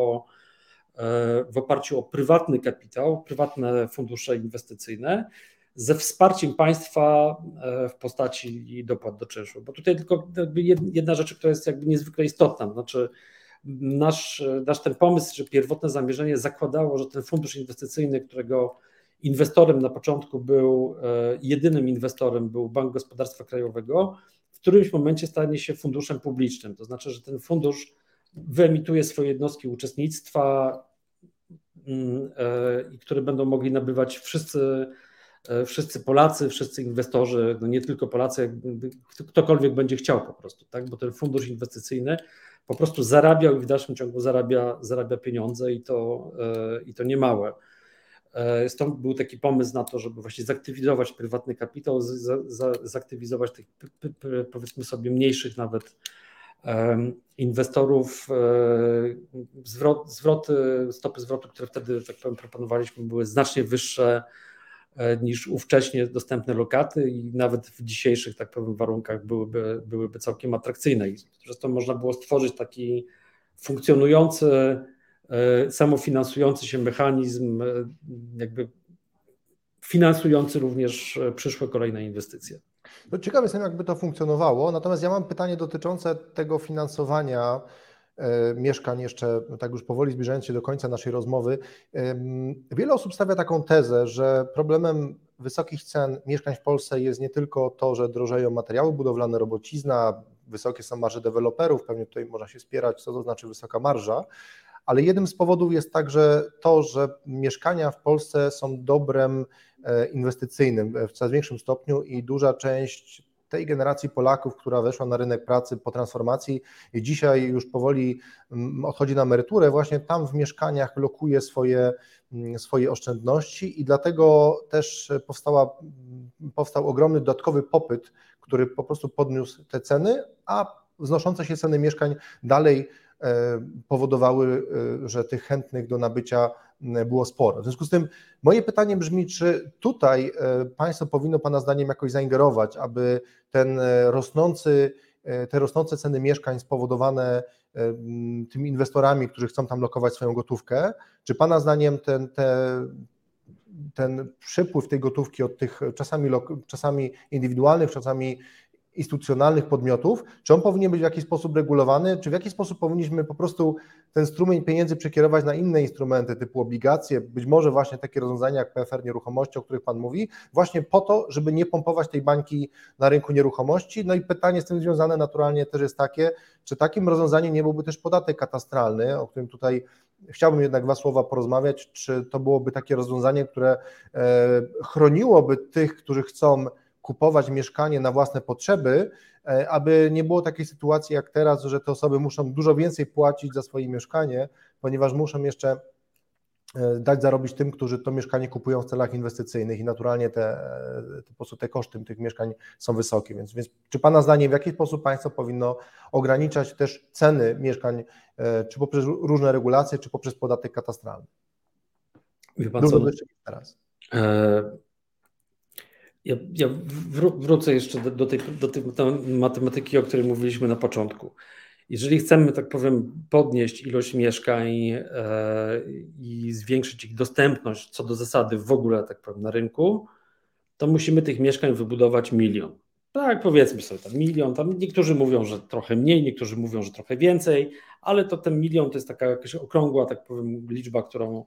oparciu o prywatny kapitał, prywatne fundusze inwestycyjne ze wsparciem państwa w postaci dopłat do czynszu. Bo tutaj tylko jedna rzecz, która jest jakby niezwykle istotna, znaczy nasz ten pomysł, czy pierwotne zamierzenie zakładało, że ten fundusz inwestycyjny, którego inwestorem na początku jedynym inwestorem był Bank Gospodarstwa Krajowego, w którymś momencie stanie się funduszem publicznym. To znaczy, że ten fundusz wyemituje swoje jednostki uczestnictwa, które będą mogli nabywać wszyscy Polacy, wszyscy inwestorzy, no nie tylko Polacy, ktokolwiek będzie chciał po prostu, tak? Bo ten fundusz inwestycyjny po prostu zarabiał i w dalszym ciągu zarabia pieniądze i to niemałe. Stąd był taki pomysł na to, żeby właśnie zaktywizować prywatny kapitał, zaktywizować tych, powiedzmy sobie, mniejszych nawet inwestorów. Stopy zwrotu, które wtedy, tak powiem, proponowaliśmy, były znacznie wyższe niż ówcześnie dostępne lokaty i nawet w dzisiejszych, tak powiem, warunkach byłyby całkiem atrakcyjne. I zresztą można było stworzyć taki funkcjonujący, samofinansujący się mechanizm, jakby finansujący również przyszłe kolejne inwestycje. No ciekawy jestem, jakby to funkcjonowało, natomiast ja mam pytanie dotyczące tego finansowania mieszkań jeszcze, tak już powoli zbliżając się do końca naszej rozmowy. Wiele osób stawia taką tezę, że problemem wysokich cen mieszkań w Polsce jest nie tylko to, że drożeją materiały budowlane, robocizna, wysokie są marże deweloperów, pewnie tutaj można się spierać, co to znaczy wysoka marża, ale jednym z powodów jest także to, że mieszkania w Polsce są dobrem inwestycyjnym w coraz większym stopniu i duża część tej generacji Polaków, która weszła na rynek pracy po transformacji i dzisiaj już powoli odchodzi na emeryturę, właśnie tam w mieszkaniach lokuje swoje oszczędności i dlatego też powstał ogromny dodatkowy popyt, który po prostu podniósł te ceny, a wznoszące się ceny mieszkań dalej powodowały, że tych chętnych do nabycia było sporo. W związku z tym moje pytanie brzmi, czy tutaj państwo powinno Pana zdaniem jakoś zaingerować, aby te rosnące ceny mieszkań spowodowane tymi inwestorami, którzy chcą tam lokować swoją gotówkę, czy Pana zdaniem ten przepływ tej gotówki od tych czasami indywidualnych, czasami instytucjonalnych podmiotów, czy on powinien być w jakiś sposób regulowany, czy w jaki sposób powinniśmy po prostu ten strumień pieniędzy przekierować na inne instrumenty typu obligacje, być może właśnie takie rozwiązania jak PFR Nieruchomości, o których Pan mówi, właśnie po to, żeby nie pompować tej bańki na rynku nieruchomości. No i pytanie z tym związane naturalnie też jest takie, czy takim rozwiązaniem nie byłby też podatek katastralny, o którym tutaj chciałbym jednak 2 słowa porozmawiać, czy to byłoby takie rozwiązanie, które chroniłoby tych, którzy chcą kupować mieszkanie na własne potrzeby, aby nie było takiej sytuacji jak teraz, że te osoby muszą dużo więcej płacić za swoje mieszkanie, ponieważ muszą jeszcze dać zarobić tym, którzy to mieszkanie kupują w celach inwestycyjnych i naturalnie po prostu te koszty tych mieszkań są wysokie. Więc czy Pana zdaniem w jaki sposób państwo powinno ograniczać też ceny mieszkań, czy poprzez różne regulacje, czy poprzez podatek katastralny? Dużo jeszcze teraz. Ja wrócę jeszcze do tej matematyki, o której mówiliśmy na początku. Jeżeli chcemy, tak powiem, podnieść ilość mieszkań i zwiększyć ich dostępność co do zasady w ogóle, tak powiem, na rynku, to musimy tych mieszkań wybudować 1 000 000. Tak, powiedzmy sobie tam 1 000 000, tam niektórzy mówią, że trochę mniej, niektórzy mówią, że trochę więcej, ale to ten 1 000 000 to jest taka jakaś okrągła, tak powiem, liczba,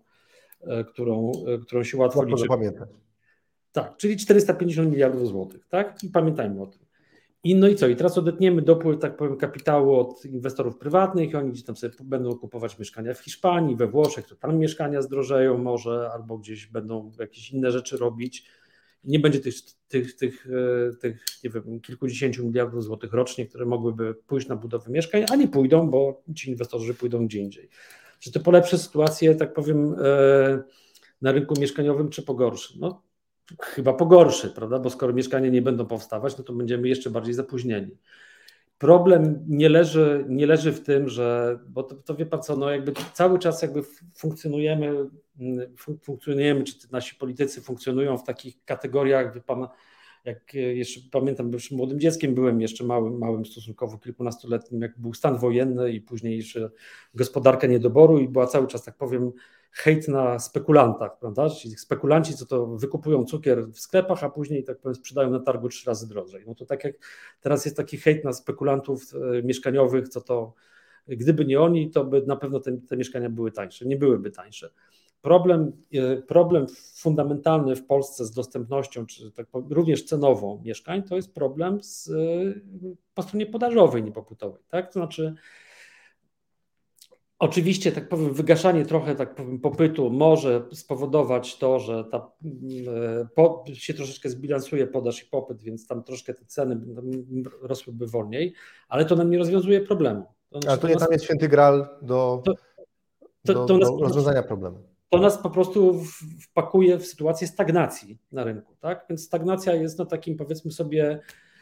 którą się łatwo liczy. Pamiętam. Tak, czyli 450 miliardów złotych, tak? I pamiętajmy o tym. No i co? I teraz odetniemy dopływ, tak powiem, kapitału od inwestorów prywatnych i oni gdzieś tam sobie będą kupować mieszkania w Hiszpanii, we Włoszech, to tam mieszkania zdrożeją może, albo gdzieś będą jakieś inne rzeczy robić. Nie będzie tych nie wiem, kilkudziesięciu miliardów złotych rocznie, które mogłyby pójść na budowę mieszkań, a nie pójdą, bo ci inwestorzy pójdą gdzie indziej. Czy to polepszy sytuację, tak powiem, na rynku mieszkaniowym, czy pogorszy? No, chyba pogorszy, prawda? Bo skoro mieszkania nie będą powstawać, no to będziemy jeszcze bardziej zapóźnieni. Problem nie leży w tym, że, bo to wie pan co, no jakby cały czas jakby funkcjonujemy, czy nasi politycy funkcjonują w takich kategoriach, wie pan, jak jeszcze pamiętam, byłem młodym dzieckiem, byłem jeszcze małym stosunkowo, kilkunastoletnim, jak był stan wojenny i później jeszcze gospodarka niedoboru i była cały czas, tak powiem, hejt na spekulantach, prawda? Czyli spekulanci, co to wykupują cukier w sklepach, a później, tak powiem, sprzedają na targu 3 razy drożej. No to tak jak teraz jest taki hejt na spekulantów mieszkaniowych, co to gdyby nie oni, to by na pewno te mieszkania były tańsze. Nie byłyby tańsze. Problem fundamentalny w Polsce z dostępnością, czy tak powiem, również cenową mieszkań, to jest problem po stronie podażowej, nie popytowej. Tak? To znaczy, oczywiście, tak powiem, wygaszanie trochę, tak powiem, popytu może spowodować to, że się troszeczkę zbilansuje podaż i popyt, więc tam troszkę te ceny rosłyby wolniej, ale to nam nie rozwiązuje problemu. Ale to nie tam jest święty graal do rozwiązania problemu. To nas po prostu wpakuje w sytuację stagnacji na rynku, tak? Więc stagnacja jest no takim, powiedzmy sobie,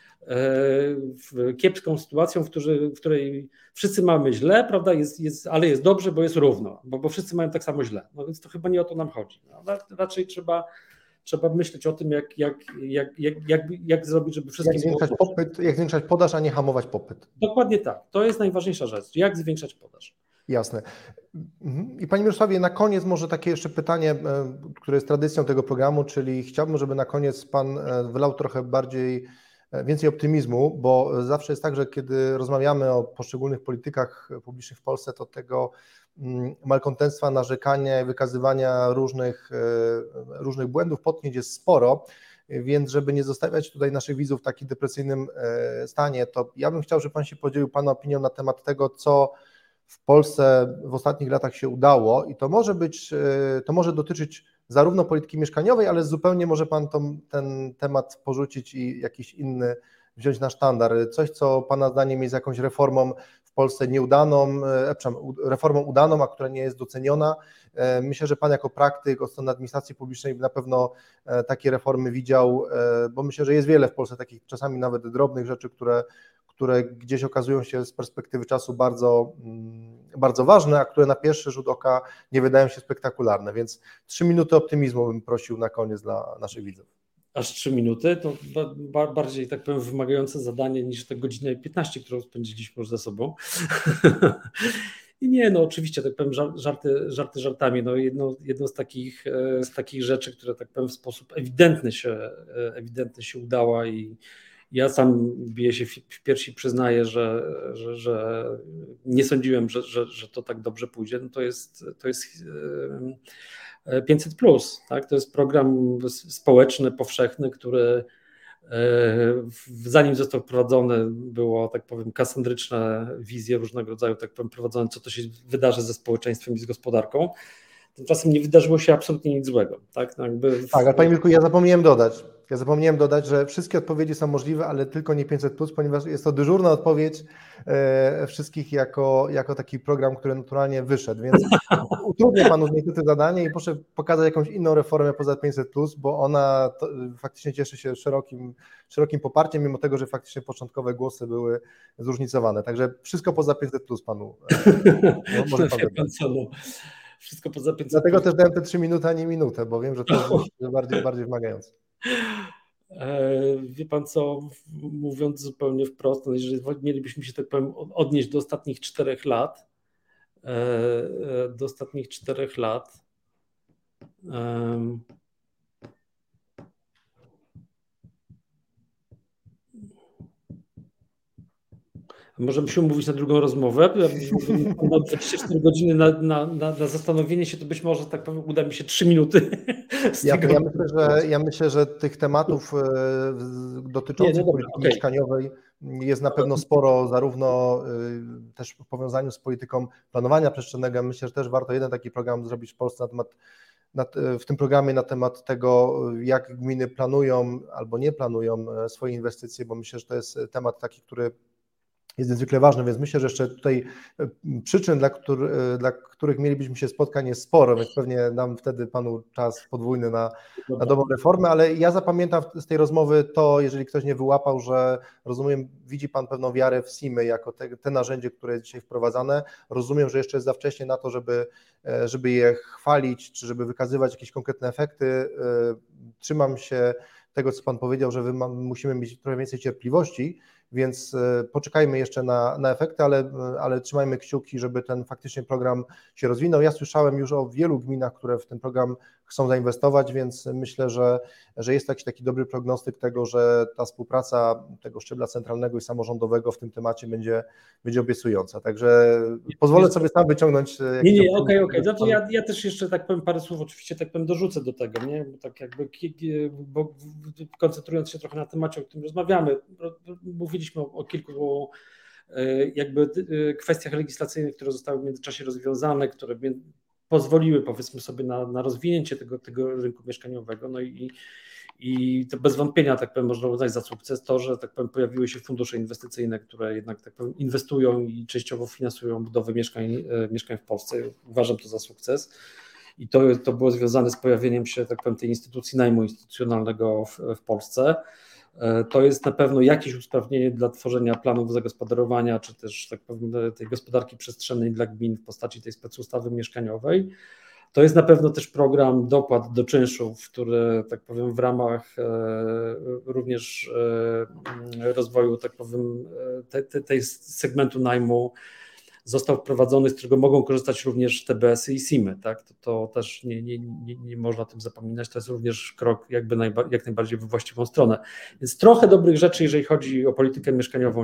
kiepską sytuacją, w której wszyscy mamy źle, prawda? Ale jest dobrze, bo jest równo, bo wszyscy mają tak samo źle. No więc to chyba nie o to nam chodzi. No, raczej trzeba myśleć o tym, jak zrobić, żeby wszystkim jak zwiększać podaż, a nie hamować popyt. Dokładnie tak. To jest najważniejsza rzecz. Jak zwiększać podaż. Jasne. I Panie Mirosławie, na koniec może takie jeszcze pytanie, które jest tradycją tego programu, czyli chciałbym, żeby na koniec Pan wylał trochę więcej optymizmu, bo zawsze jest tak, że kiedy rozmawiamy o poszczególnych politykach publicznych w Polsce, to tego malkontentstwa, narzekania, wykazywania różnych błędów, potknięć jest sporo, więc żeby nie zostawiać tutaj naszych widzów w takim depresyjnym stanie, to ja bym chciał, żeby Pan się podzielił Pana opinią na temat tego, co w Polsce w ostatnich latach się udało i to może dotyczyć zarówno polityki mieszkaniowej, ale zupełnie może Pan ten temat porzucić i jakiś inny wziąć na sztandar. Coś, co Pana zdaniem jest jakąś reformą w Polsce nieudaną, reformą udaną, a która nie jest doceniona. Myślę, że Pan jako praktyk od strony administracji publicznej na pewno takie reformy widział, bo myślę, że jest wiele w Polsce takich czasami nawet drobnych rzeczy, które gdzieś okazują się z perspektywy czasu bardzo, bardzo ważne, a które na pierwszy rzut oka nie wydają się spektakularne, więc 3 minuty optymizmu bym prosił na koniec dla naszych widzów. Aż 3 minuty, to bardziej, tak powiem, wymagające zadanie niż te godzinę 15, którą spędziliśmy już ze sobą. I nie, no oczywiście, tak powiem, żarty żartami. No jedno z takich rzeczy, które tak powiem w sposób ewidentny się udała i ja sam biję się w piersi, przyznaję, że nie sądziłem, że to tak dobrze pójdzie. No to jest 500+, tak? To jest program społeczny, powszechny, który zanim został wprowadzony, było, tak powiem, kasandryczne wizje różnego rodzaju, tak powiem, prowadzone, co to się wydarzy ze społeczeństwem i z gospodarką. Tymczasem nie wydarzyło się absolutnie nic złego. Tak, no tak, ale Panie Mirku, ja zapomniałem dodać, że wszystkie odpowiedzi są możliwe, ale tylko nie 500+, ponieważ jest to dyżurna odpowiedź wszystkich jako taki program, który naturalnie wyszedł, więc utrudnię Panu niestety zadanie i proszę pokazać jakąś inną reformę poza 500+, bo ona faktycznie cieszy się szerokim poparciem, mimo tego, że faktycznie początkowe głosy były zróżnicowane. Także wszystko poza 500+ Panu może Pan wybrać. Wszystko poza 500+. Dlatego też dałem te 3 minuty, a nie minutę, bo wiem, że to jest bardziej wymagające. Wie Pan co, mówiąc zupełnie wprost, no jeżeli mielibyśmy się, tak powiem, odnieść do ostatnich 4 lat, możemy się umówić na drugą rozmowę. Ja 24 godziny na zastanowienie się, to być może, tak powiem, uda mi się 3 minuty. Ja myślę, że tych tematów dotyczących polityki mieszkaniowej jest na pewno sporo, zarówno też w powiązaniu z polityką planowania przestrzennego. Myślę, że też warto jeden taki program zrobić w Polsce w tym programie na temat tego, jak gminy planują albo nie planują swoje inwestycje, bo myślę, że to jest temat taki, który jest niezwykle ważny, więc myślę, że jeszcze tutaj przyczyn, dla których mielibyśmy się spotkać, jest sporo, więc pewnie dam wtedy Panu czas podwójny na dobrą reformę, ale ja zapamiętam z tej rozmowy to, jeżeli ktoś nie wyłapał, że rozumiem, widzi Pan pewną wiarę w SIM-y jako te narzędzie, które jest dzisiaj wprowadzane. Rozumiem, że jeszcze jest za wcześnie na to, żeby je chwalić, czy żeby wykazywać jakieś konkretne efekty. Trzymam się tego, co Pan powiedział, że musimy mieć trochę więcej cierpliwości, więc poczekajmy jeszcze na efekty, ale trzymajmy kciuki, żeby ten faktycznie program się rozwinął. Ja słyszałem już o wielu gminach, które w ten program chcą zainwestować, więc myślę, że jest taki dobry prognostyk tego, że ta współpraca tego szczebla centralnego i samorządowego w tym temacie będzie obiecująca. Także pozwolę sobie sam wyciągnąć. Okej. No to ja też jeszcze, tak powiem, parę słów oczywiście, tak powiem, dorzucę do tego, nie? Bo koncentrując się trochę na temacie, o którym rozmawiamy, mówiliśmy o kilku jakby kwestiach legislacyjnych, które zostały w międzyczasie rozwiązane, które pozwoliły, powiedzmy sobie, na rozwinięcie tego rynku mieszkaniowego. No i to bez wątpienia, tak powiem, można uznać za sukces to, że, tak powiem, pojawiły się fundusze inwestycyjne, które jednak, tak powiem, inwestują i częściowo finansują budowę mieszkań w Polsce. Uważam to za sukces. I to było związane z pojawieniem się, tak powiem, tej instytucji najmu instytucjonalnego w Polsce. To jest na pewno jakieś usprawnienie dla tworzenia planów zagospodarowania, czy też, tak powiem, tej gospodarki przestrzennej dla gmin w postaci tej specustawy mieszkaniowej. To jest na pewno też program dopłat do czynszów, który, tak powiem, w ramach również rozwoju, tak powiem, tej segmentu najmu został wprowadzony, z którego mogą korzystać również TBS-y i SIM-y. Tak? To też nie można o tym zapominać, to jest również krok jakby jak najbardziej we właściwą stronę. Więc trochę dobrych rzeczy, jeżeli chodzi o politykę mieszkaniową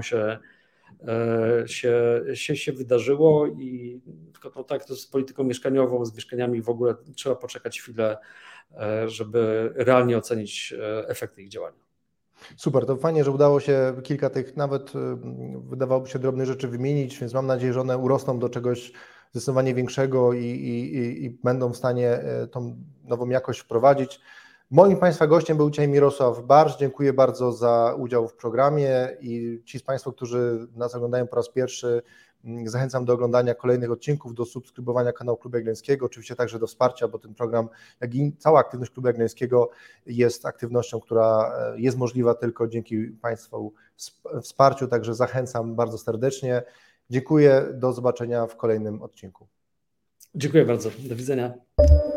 się wydarzyło i tylko no tak, to z polityką mieszkaniową, z mieszkaniami w ogóle trzeba poczekać chwilę, żeby realnie ocenić efekty ich działania. Super, to fajnie, że udało się kilka tych nawet wydawałoby się drobnych rzeczy wymienić, więc mam nadzieję, że one urosną do czegoś zdecydowanie większego i będą w stanie tą nową jakość wprowadzić. Moim Państwa gościem był dzisiaj Mirosław Barszcz. Dziękuję bardzo za udział w programie i ci z Państwa, którzy nas oglądają po raz pierwszy, zachęcam do oglądania kolejnych odcinków, do subskrybowania kanału Klubu Jagiellońskiego, oczywiście także do wsparcia, bo ten program, jak i cała aktywność Klubu Jagiellońskiego jest aktywnością, która jest możliwa tylko dzięki Państwu wsparciu, także zachęcam bardzo serdecznie. Dziękuję, do zobaczenia w kolejnym odcinku. Dziękuję bardzo, do widzenia.